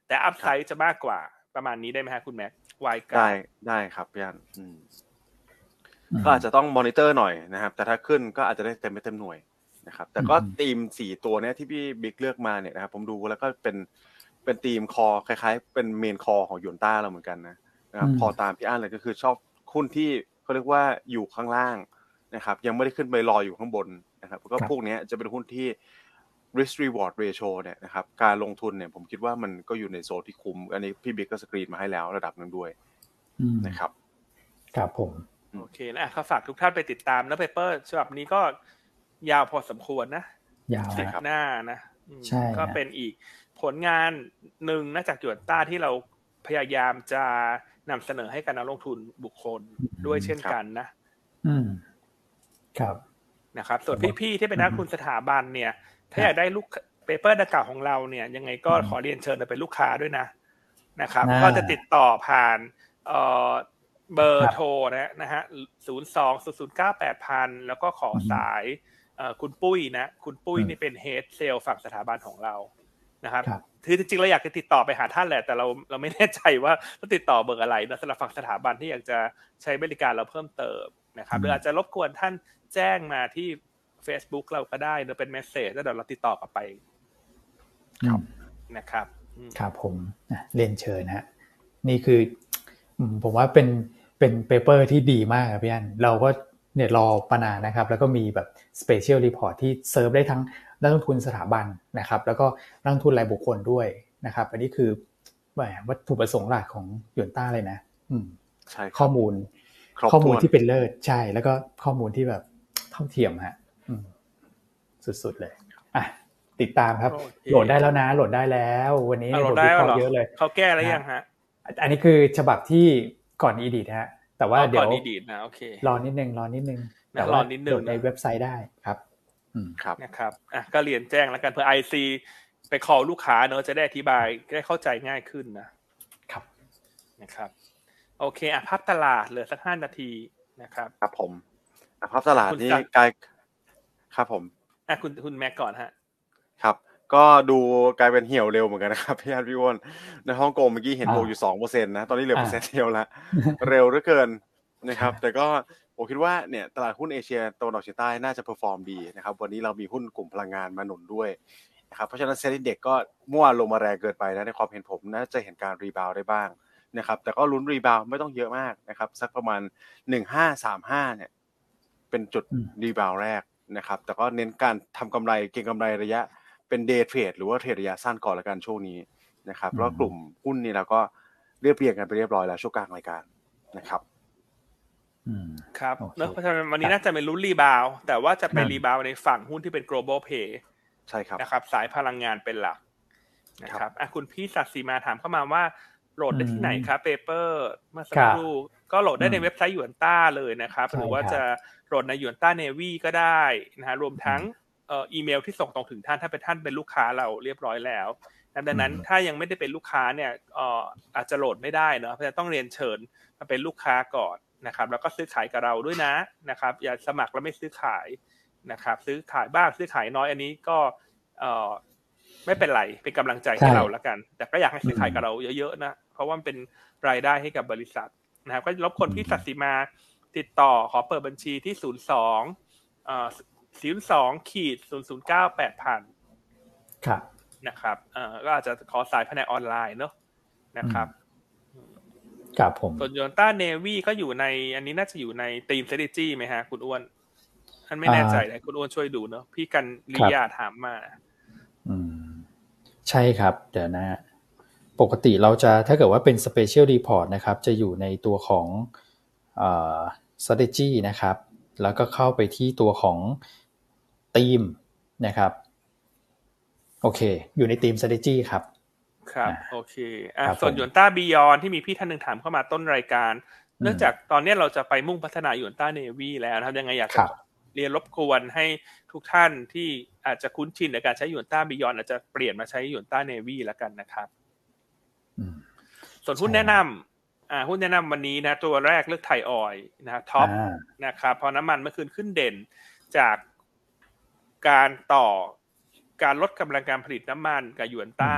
[SPEAKER 2] แต่อัพไซด์จะมากกว่าประมาณนี้ได้ไหมฮะคุณแม็กวายการ์ด
[SPEAKER 3] ได้ได้ครับพี่อันอืมก็อาจจะต้องมอนิเตอร์หน่อยนะครับแต่ถ้าขึ้นก็อาจจะได้เต็มไม่เต็มหน่วยนะครับแต่ก็ทีมสี่ตัวเนี้ยที่พี่บิ๊กเลือกมาเนี่ยนะครับผมดูแล้วก็เป็นเป็นทีมคอคล้ายๆเป็นเมนคอของยูนต้าเราเหมือนกันนะนะครับพอตามพี่อันเลยก็คือชอบหุ้นที่เขาเรียกว่าอยู่ข้างล่างนะครับยังไม่ได้ขึ้นไปรออยู่ข้างบนนะครับก็พวกนี้จะเป็นหุ้นที่ risk reward ratio เนี่ยนะครับการลงทุนเนี่ยผมคิดว่ามันก็อยู่ในโซนที่คุ้มอันนี้พี่บิ๊กก็สกรีนมาให้แล้วระดับนึงด้วยนะครับ
[SPEAKER 1] ครับผม
[SPEAKER 2] โอเคนะก็ฝากทุกท่านไปติดตามนะเปเปอร์ฉบับนี้ก็ยาวพอสมควรนะ
[SPEAKER 1] ยาว
[SPEAKER 2] สิบหน้านะ
[SPEAKER 1] ใช่
[SPEAKER 2] ก็เป็นอีกผลงานหนึ่งนะจากยูนต้าที่เราพยายามจะนำเสนอให้กับนักลงทุนบุคคลด้วยเช่นกันนะ
[SPEAKER 1] อืมครับ
[SPEAKER 2] นะครับส่วนพี่ๆที่เป็นนักลงทุนสถาบันเนี่ยถ้าอยากได้ลูกเปเปอร์ดังกล่าวของเราเนี่ยยังไงก็ขอเรียนเชิญไปเป็นลูกค้าด้วยนะนะครับก็จะติดต่อผ่านเอ่อเบอร์โทรนะนะฮะศูนย์ สอง ศูนย์ ศูนย์ เก้า แปด ศูนย์ ศูนย์แล้วก็ขอสายเอ่อคุณปุ้ยนะคุณปุ้ยนี่เป็นเฮดเซลฝั่งสถาบันของเรานะครับคือจริงๆเราอยากจะติดต่อไปหาท่านแหละแต่เราเราไม่แน่ใจว่าต้องติดต่อเบอร์อะไรนะสำหรับฝั่งสถาบันที่อยากจะใช้บริการเราเพิ่มเติมนะครับหรืออาจจะรบกวนท่านแจ้งมาที่ Facebook เราก็ได้หรือเป็นเมสเสจแล้วเดี๋ยวเราติดต่อกลับไป
[SPEAKER 1] ครับ
[SPEAKER 2] นะครับ
[SPEAKER 1] ครับผมเรียนเชิญฮะนี่คือผมว่าเป็นเป็นเปเปอร์ที่ดีมากครับพี่อันเราก็เนี่ยรอปนานนะครับแล้วก็มีแบบ Special Report ที่เซิร์ฟได้ทั้งนักลงทุนสถาบันนะครับแล้วก็นักลงทุนรายบุคคลด้วยนะครับอันนี้คือแหมวัตถุประสงค์หลักของยูนต้าเลยนะอืม
[SPEAKER 3] ใช่
[SPEAKER 1] ข้อมูลข้อมูลที่เป็นเลิศใช่แล้วก็ข้อมูลที่แบบเท่าเทียมฮะอืมสุดๆเลยอ่ะติดตามครับโหลดได้แล้วนะโหลดได้แล้ววันนี้
[SPEAKER 2] ผมวิเคราะห์
[SPEAKER 1] เยอะเลย
[SPEAKER 2] เขาแก้แล้วยังฮะ
[SPEAKER 1] อันนี้คือฉบับที่ก่อนอีดิทฮะแต่ว่าเดี๋ยว
[SPEAKER 2] ก่อนอีดิทนะโอเค
[SPEAKER 1] รอนิดนึงรอนิดนึง
[SPEAKER 2] แต่รอนิดนึง
[SPEAKER 1] โหลดในเว็บไซต์ได้ครับ
[SPEAKER 3] อืมครับ
[SPEAKER 2] นะครับอ่ะก็เรียนแจ้งแล้วกันเพื่อ ไอ ซี ไปคอลลูกค้าเนอะจะได้อธิบายได้เข้าใจง่ายขึ้นนะครับนะครับโอเคอ่ะภาพตลาดเหลือสักห้านาทีนะครับ
[SPEAKER 3] ครับผมอ่ะภาพตลาดนี่กลายครับผม
[SPEAKER 2] อ่ะคุณคุณแม็กก่อนฮะ
[SPEAKER 3] ครับก็ดูกลายเป็นเหี่ยวเร็วเหมือนกันนะครับพี่อันพี่อ้วนในฮ่องกงเมื่อกี้เห็นบวกอยู่ สองเปอร์เซ็นต์ นะตอนนี้เหลือเปอร์เซ็นต์เดียวแล้วเร็วเหลือเกินนะครับแต่ก็ผมคิดว่าเนี่ยตลาดหุ้นเอเชียตะวันออกเฉียงใต้น่าจะเพอร์ฟอร์มดีนะครับวันนี้เรามีหุ้นกลุ่มพลังงานมาหนุนด้วยนะครับเพราะฉะนั้นเซ็นดิ้งเด็กก็เมื่อวานลงมาแรงเกินไปนะในความเห็นผมน่าจะเห็นการรีบาวได้บ้างนะครับแต่ก็ลุ้นรีบาวไม่ต้องเยอะมากนะครับสักประมาณหนึ่งพันห้าร้อยสามสิบห้าเนี่ยเป็นจุดรีบาวแรกนะครับแต่ก็เน้นการทำกำไรเก็งกำไรระยะเป็นเดย์เทรดหรือว่าเทรดระยะสั้นก่อนละกันช่วงนี้นะครับแล้วกลุ่มหุ้นนี่เราก็เรียบเรียงกันไปเรียบร้อยแล้วช่วงกลางรายการนะครับ
[SPEAKER 2] ครับเนอะเพราะฉะนั้นวันนี้น่าจะเป็นลุ้นรีบาวแต่ว่าจะไปรีบาวในฝั่งหุ้นที่เป็น global play
[SPEAKER 3] ใช่ครับ
[SPEAKER 2] นะครับสายพลังงานเป็นหลักนะครับอ่ะคุณพี่ศักดิ์ศรีมาถามเข้ามาว่าโหลดได้ที่ไหนครับเปเปอร์เมื่อสักครู่ก็โหลดได้ในเว็บไซต์ยูนต้าเลยนะครับหรือว่าจะโหลดในยูนต้าเนวี่ก็ได้นะฮะรวมทั้งเอ่ออีเมลที่ส่งตรงถึงท่านถ้าเป็นท่านเป็นลูกค้าเราเรียบร้อยแล้วดังนั้นถ้ายังไม่ได้เป็นลูกค้าเนี่ยเอ่ออาจจะโหลดไม่ได้เนาะเพราะฉะนั้นต้องเรียนเชิญมาเป็นลูกค้าก่อนนะครับแล้วก็ซื้อขายกับเราด้วยนะนะครับอย่าสมัครแล้วไม่ซื้อขายนะครับซื้อขายบ้างซื้อขายน้อยอันนี้ก็เอ่อไม่เป็นไรเป็นกำลังใจให้เราละกันแต่ก็อยากให้ซื้อขายกับเราเยอะๆนะเพราะว่ามันเป็นรายได้ให้กับบริษัทนะครับก็รบกวนพี่ศักดิ์ศรีมาติดต่อขอเปิดบัญชีที่ศูนย์ สองเอ่อศูนย์ สอง ศูนย์ ศูนย์ เก้า แปด ศูนย์ ศูนย์
[SPEAKER 1] ครับ
[SPEAKER 2] นะครับเอ่อก็อาจจะขอสายภายในออนไลน์เนาะนะครับ
[SPEAKER 1] ครับผม
[SPEAKER 2] ส่วนยูนต้าเนวี่ก็อยู่ในอันนี้น่าจะอยู่ในทีม strategy มั้ยฮะคุณอ้วนท่านไม่แน่ใจเลยคุณอ้วนช่วยดูเนาะพี่กันริยาถามมา
[SPEAKER 1] อืมใช่ครับเดี๋ยวนะปกติเราจะถ้าเกิดว่าเป็น special report นะครับจะอยู่ในตัวของเอ่อ strategy นะครับแล้วก็เข้าไปที่ตัวของทีมนะครับโอเคอยู่ในทีม strategy ครับ
[SPEAKER 2] ครับโอเคอ่ะส่วนยูนต้าบียอนที่มีพี่ท่านนึงถามเข้ามาต้นรายการเนื่องจากตอนนี้เราจะไปมุ่งพัฒนายูนต้าเนวี่แล้วนะครับยังไงอยากจะเรียนรบกวนให้ทุกท่านที่อาจจะคุ้นชินในการใช้ยูนต้าบียอนอาจจะเปลี่ยนมาใช้ยูนต้าเนวี่แล้วกันนะครับส่วนหุ้นแนะนำอ่าหุ้นแนะนำวันนี้นะตัวแรกเลือกไทยออยล์นะท็อปนะครับพอน้ำมันเมื่อคืนขึ้นเด่นจากการต่อการลดกำลังการผลิตน้ำมันกับยูนต้า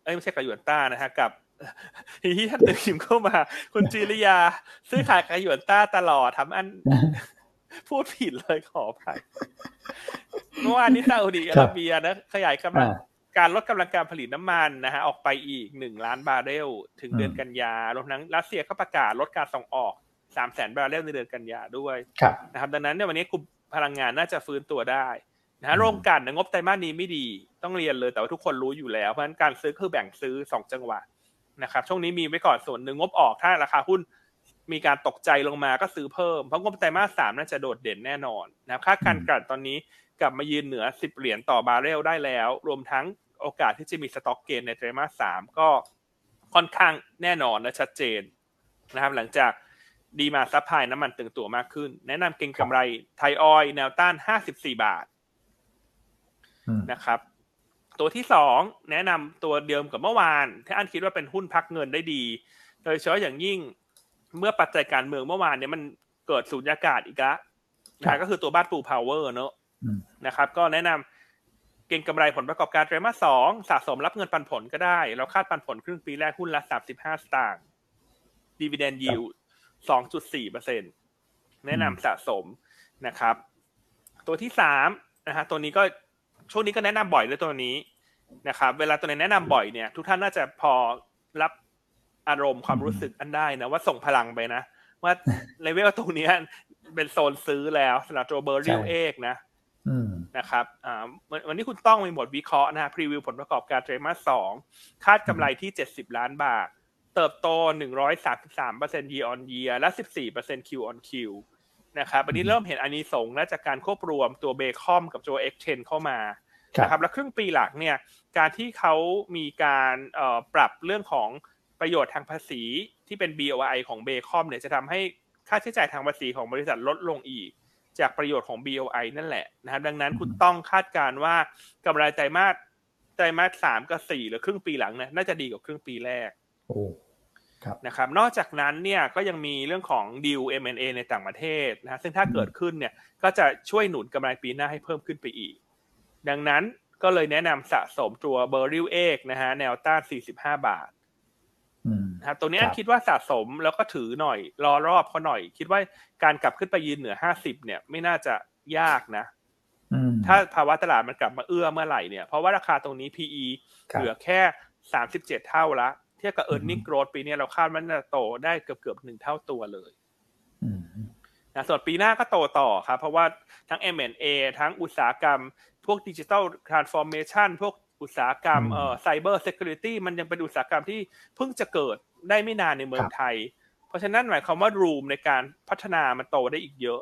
[SPEAKER 2] เอ้ยไม่ใช่กับหยวนต้านะฮะกับที่ท่านดึงเข้ามาคุณจิริยาซื้อขายกับหยวนต้าตลอดทำอันพูดผิดเลยขออภัยเมื่อวานนี้ซาอุดิอาระเบียนะขยายกำลังการลดกำลังการผลิตน้ำมันนะฮะออกไปอีกหนึ่งล้านบาร์เรลถึงเดือนกันยารวมทั้งรัสเซียก็ประกาศลดการส่งออก สามแสน บาร์เรลในเดือนกันยาด้วยนะครับดังนั้นเนี่ยวันนี้กลุ่มพลังงานน่าจะฟื้นตัวได้นะฮะโรงกลั่นงบไตรมาสนี้ไม่ดีต้องเรียนเลยแต่ว่าทุกคนรู้อยู่แล้วเพราะฉะนั้นการซื้อคือแบ่งซื้อสองจังหวะนะครับช่วงนี้มีไว้ก่อนส่วนหนึ่งงบออกถ้าราคาหุ้นมีการตกใจลงมาก็ซื้อเพิ่มเพราะงบไตรมาสสามน่าจะโดดเด่นแน่นอนนะครับค่าการกลั่นตอนนี้กลับมายืนเหนือสิบเหรียญต่อบาร์เรลได้แล้วรวมทั้งโอกาสที่จะมีสต็อกเกนในไตรมาสสามก็ค่อนข้างแน่นอนและชัดเจนนะครับหลังจากดีมาซัพพลายน้ำมันตึงตัวมากขึ้นแนะนำเก็งกำไรไทยออยล์แนวต้านห้าสิบสี่บาทนะครับตัวที่สองแนะนำตัวเดิมกับเมื่อวานที่อันคิดว่าเป็นหุ้นพักเงินได้ดีโดยเฉพาะอย่างยิ่งเมื่อปัจจัยการเมืองเมื่อวานเนี่ยมันเกิดสูญญากาศอีกแล้วนะก็คือตัวบ้านปูพาวเวอร์เนอะนะครับก็แนะนำเก็งกำไรผลประกอบการไตรมาสสองสะสมรับเงินปันผลก็ได้เราคาดปันผลครึ่งปีแรกหุ้นละสามสิบห้าสตางค์ Dividend Yield สองจุดสี่เปอร์เซ็นต์ แนะนำสะสมนะครับตัวที่สามนะฮะตัวนี้ก็ช่วงนี้ก็แนะนำบ่อยเลยตัวนี้นะครับเวลาตัวไหนแนะนำบ่อยเนี่ยทุกท่านน่าจะพอรับอารมณ์ความรู้สึกอันได้นะว่าส่งพลังไปนะว่าเลเวลตรงนี้เป็นโซนซื้อแล้วสำหรับตัวเบอร์ริลเอกนะนะครับอ่าวันนี้คุณต้องมีบทวิเคราะห์นะพรีวิวผลประกอบการไตรมาสสองคาดกำไรที่เจ็ดสิบล้านบาทเติบโต หนึ่งร้อยสามสิบสามเปอร์เซ็นต์ year on year และ สิบสี่เปอร์เซ็นต์ Q on Q นะครับอันนี้เริ่มเห็นอานิสงส์และจากการควบรวมตัวเบคอมกับตัว เอ็กซ์ เท็น เข้ามานะครับและครึ่งปีหลังเนี่ยการที่เขามีการเอ่อปรับเรื่องของประโยชน์ทางภาษีที่เป็น บี โอ ไอ ของเบคอมเนี่ยจะทำให้ค่าใช้จ่ายทางภาษีของบริษัทลดลงอีกจากประโยชน์ของ บี โอ ไอ นั่นแหละนะครับดังนั้นคุณต้องคาดการณ์ว่ากำไรไตรมาสไตรมาสสามกับสี่หรือครึ่งปีหลังเนี่ยน่าจะดีกว่าครึ่งปีแรกโอ้ครับนะครับนอกจากนั้นเนี่ยก็ยังมีเรื่องของดีล เอ็ม แอนด์ เอ ในต่างประเทศนะซึ่งถ้าเกิดขึ้นเนี่ยก็จะช่วยหนุนกำไรปีหน้าให้เพิ่มขึ้นไปอีกดังนั้นก็เลยแนะนำสะสมตัวเบอร์ริลเอกนะฮะแนวต้านสี่สิบห้าบาทนะครับตัวนี้คิดว่าสะสมแล้วก็ถือหน่อยรอรอบเขาหน่อยคิดว่าการกลับขึ้นไปยืนเหนือห้าสิบเนี่ยไม่น่าจะยากนะถ้าภาวะตลาดมันกลับมาเอื้อเมื่อไหร่เนี่ยเพราะว่าราคาตรงนี้ พี อี เหลือแค่สามสิบเจ็ดเท่าละเทียบกับ earning growth ปีนี้เราคาดว่าจะโตได้เกือบๆหนึ่งเท่าตัวเลยนะส่วนปีหน้าก็โตต่อครับเพราะว่าทั้ง เอ็ม แอนด์ เอ ทั้งอุตสาหกรรมพวก Digital Transformation พวกอุตสาหกรรมเอ่อ Cyber Security มันยังเป็นอุตสาหกรรมที่เพิ่งจะเกิดได้ไม่นานในเมืองไทยเพราะฉะนั้นหมายความว่า room ในการพัฒนามันโตได้อีกเยอะ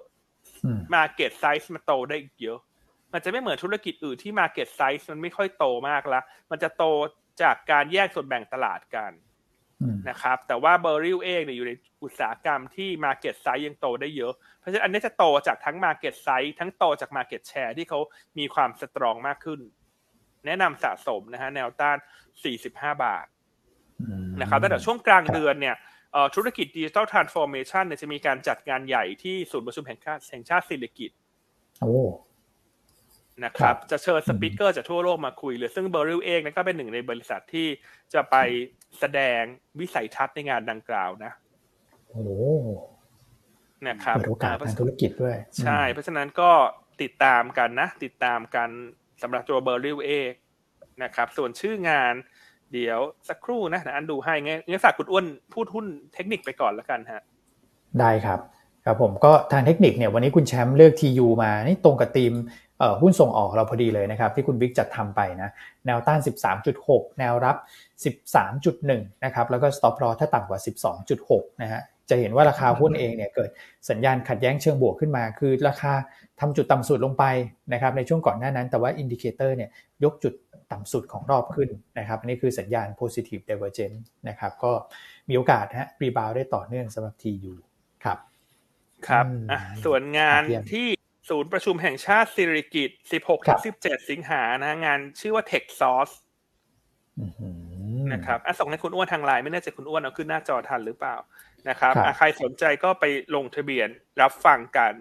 [SPEAKER 2] market size มันโตได้อีกเยอะมันจะไม่เหมือนธุรกิจอื่นที่ market size มันไม่ค่อยโตมากละมันจะโตจากการแยกส่วนแบ่งตลาดกันนะครับแต่ว่าเบอร์ริลเองเนี่ยอยู่ในอุตสาหกรรมที่ market size ยังโตได้เยอะเพราะฉะนั้นอันนี้จะโตจากทั้ง market size ทั้งโตจาก market share ที่เขามีความสตรองมากขึ้นแนะนำสะสมนะฮะแนวต้านสี่สิบห้าบาทนะครับตั้งแต่ช่วงกลางเดือนเนี่ยธุรกิจ Digital Transformation เนี่ยจะมีการจัดงานใหญ่ที่ศูนย์ประชุมแห่งชาติแห่งชาติศิริกิติ์โอ้นะครับจะเชิญสปีกเกอร์จากทั่วโลกมาคุยเลยซึ่งเบอร์ริลเองเนี่ยก็เป็นหนึ่งในบริษัทที่จะไปแสดงวิสัยทัศน์ในงานดังกล่าวนะโอ้นะครับเปิดโอกาสทางธุรกิจด้วยใช่เพราะฉะนั้นก็ติดตามกันนะติดตามกันสำหรับตัวเบอร์ริลเองนะครับส่วนชื่องานเดี๋ยวสักครู่นะอันดูให้งั้นฝากคุณอ้วนพูดหุ้นเทคนิคไปก่อนแล้วกันฮะได้ครับครับผมก็ทางเทคนิคเนี่ยวันนี้คุณแชมป์เลือก ที ยู มานี่ตรงกับธีมเอ่อหุ้นส่งออกเราพอดีเลยนะครับที่คุณบิ๊กจัดทำไปนะแนวต้าน สิบสามจุดหก แนวรับ สิบสามจุดหนึ่ง นะครับแล้วก็ stop loss ถ้าต่ำกว่า สิบสองจุดหก นะฮะจะเห็นว่าราคาหุ้นเองเนี่ยเกิดสัญญาณขัดแย้งเชิงบวกขึ้นมาคือราคาทำจุดต่ำสุดลงไปนะครับในช่วงก่อนหน้านั้นแต่ว่าอินดิเคเตอร์เนี่ยยกจุดต่ำสุดของรอบขึ้นนะครับอันนี้คือสัญญาณ positive divergence นะครับก็มีโอกาสฮะรีบาวด์ได้ต่อเนื่องสำหรับ ที ยู ครับครับอ่ะส่วนงานที่ศูนย์ประชุมแห่งชาติศิริกิติ์ สิบหกถึงสิบเจ็ด สิงหานะงานชื่อว่า Tech Source นะครับอ่ะส่งให้คุณอ้วนทางไลน์ไม่แน่ใจคุณอ้วนเอาขึ้นหน้าจอทันหรือเปล่านะครับใครสนใจก็ไปลงทะเบียนรับฟังกัน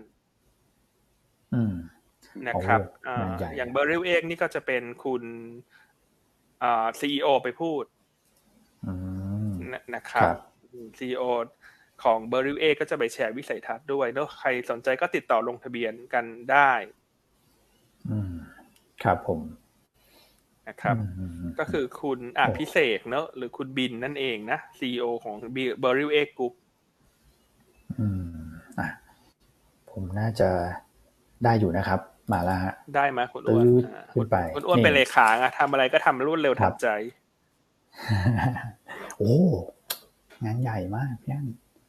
[SPEAKER 2] นะครับ อ, อย่างเบอร์ริลเองนี่ก็จะเป็นคุณอ่า ซี อี โอ ไปพูดนะครับ ซี อี โอ ของ Berry A ก็จะไปแชร์วิสัยทัศน์ด้วยเนาะใครสนใจก็ติดต่อลงทะเบียนกันได้
[SPEAKER 1] อืมครับผม
[SPEAKER 2] นะครับก็คือคุณอภิเษกเนาะหรือคุณบินนั่นเองนะ ซี อี โอ ของ Berry A Group
[SPEAKER 1] อืมอ่ะผมน่าจะได้อยู่นะครับมาแล้วฮะ
[SPEAKER 2] ได้ไหมคุณอ้วน
[SPEAKER 1] ขึ้นไป
[SPEAKER 2] คุณอ้วนเป็นเลขาอ่ะทำอะไรก็ทำรวดเร็วทันใจ
[SPEAKER 1] โอ้งานใหญ่มากพี่อั้น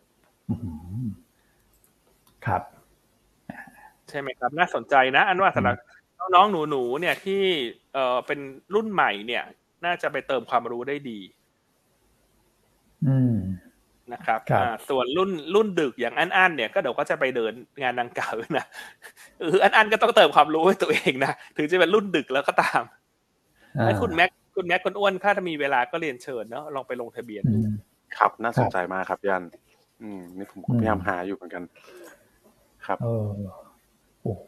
[SPEAKER 1] ครับ
[SPEAKER 2] ใช่ไหมครับน่าสนใจนะอันว่าสำหรับน้องๆหนูๆเนี่ยที่เอ่อเป็นรุ่นใหม่เนี่ยน่าจะไปเติมความรู้ได้ดี
[SPEAKER 1] อืม
[SPEAKER 2] นะครับอ่าส่วนรุ่นรุ่นดึกอย่างอันๆเนี่ยก็เดี๋ยวก็จะไปเดินงานดังกล่าวนะเอออันๆก็ต้องเติมความรู้ให้ตัวเองนะถึงจะเป็นรุ่นดึกแล้วก็ตามให้คุณแม็กคุณแม็กคุณอ้วนถ้ามีเวลาก็เรียนเชิญเนาะลองไปลงทะเบียนดู
[SPEAKER 3] ครับน่าสนใจมากครับยันอืมนี่ผมพยายามหาอยู่เหมือนกันครับ
[SPEAKER 1] เออโอ้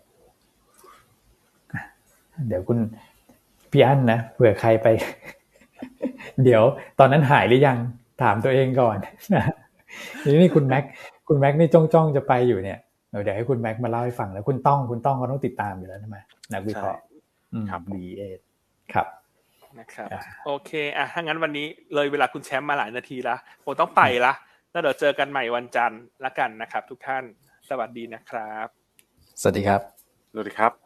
[SPEAKER 1] เดี๋ยวคุณพี่อั้นนะเผื่อใครไปเดี๋ยวตอนนั้นหายหรือยังถามตัวเองก่อนนะนี่คุณแม็กคุณแม็กนี่จ้องๆจะไปอยู่เนี่ยเดี๋ยวให้คุณแม็กมาเล่าให้ฟังแล้วคุณต้องคุณต้องเขาต้องติดตามอยู่แล้วใช่ไหมนักวิเคราะห์
[SPEAKER 3] ครับ
[SPEAKER 1] บี เอ ครับ
[SPEAKER 2] นะครับโอเคอ่ะถ้างั้นวันนี้เลยเวลาคุณแชมป์มาหลายนาทีละผมต้องไปละแล้วเดี๋ยวเจอกันใหม่วันจันทร์ละกันนะครับทุกท่านสวัสดีนะครับ
[SPEAKER 1] สวัสดีครับ
[SPEAKER 3] สวัสดีครับ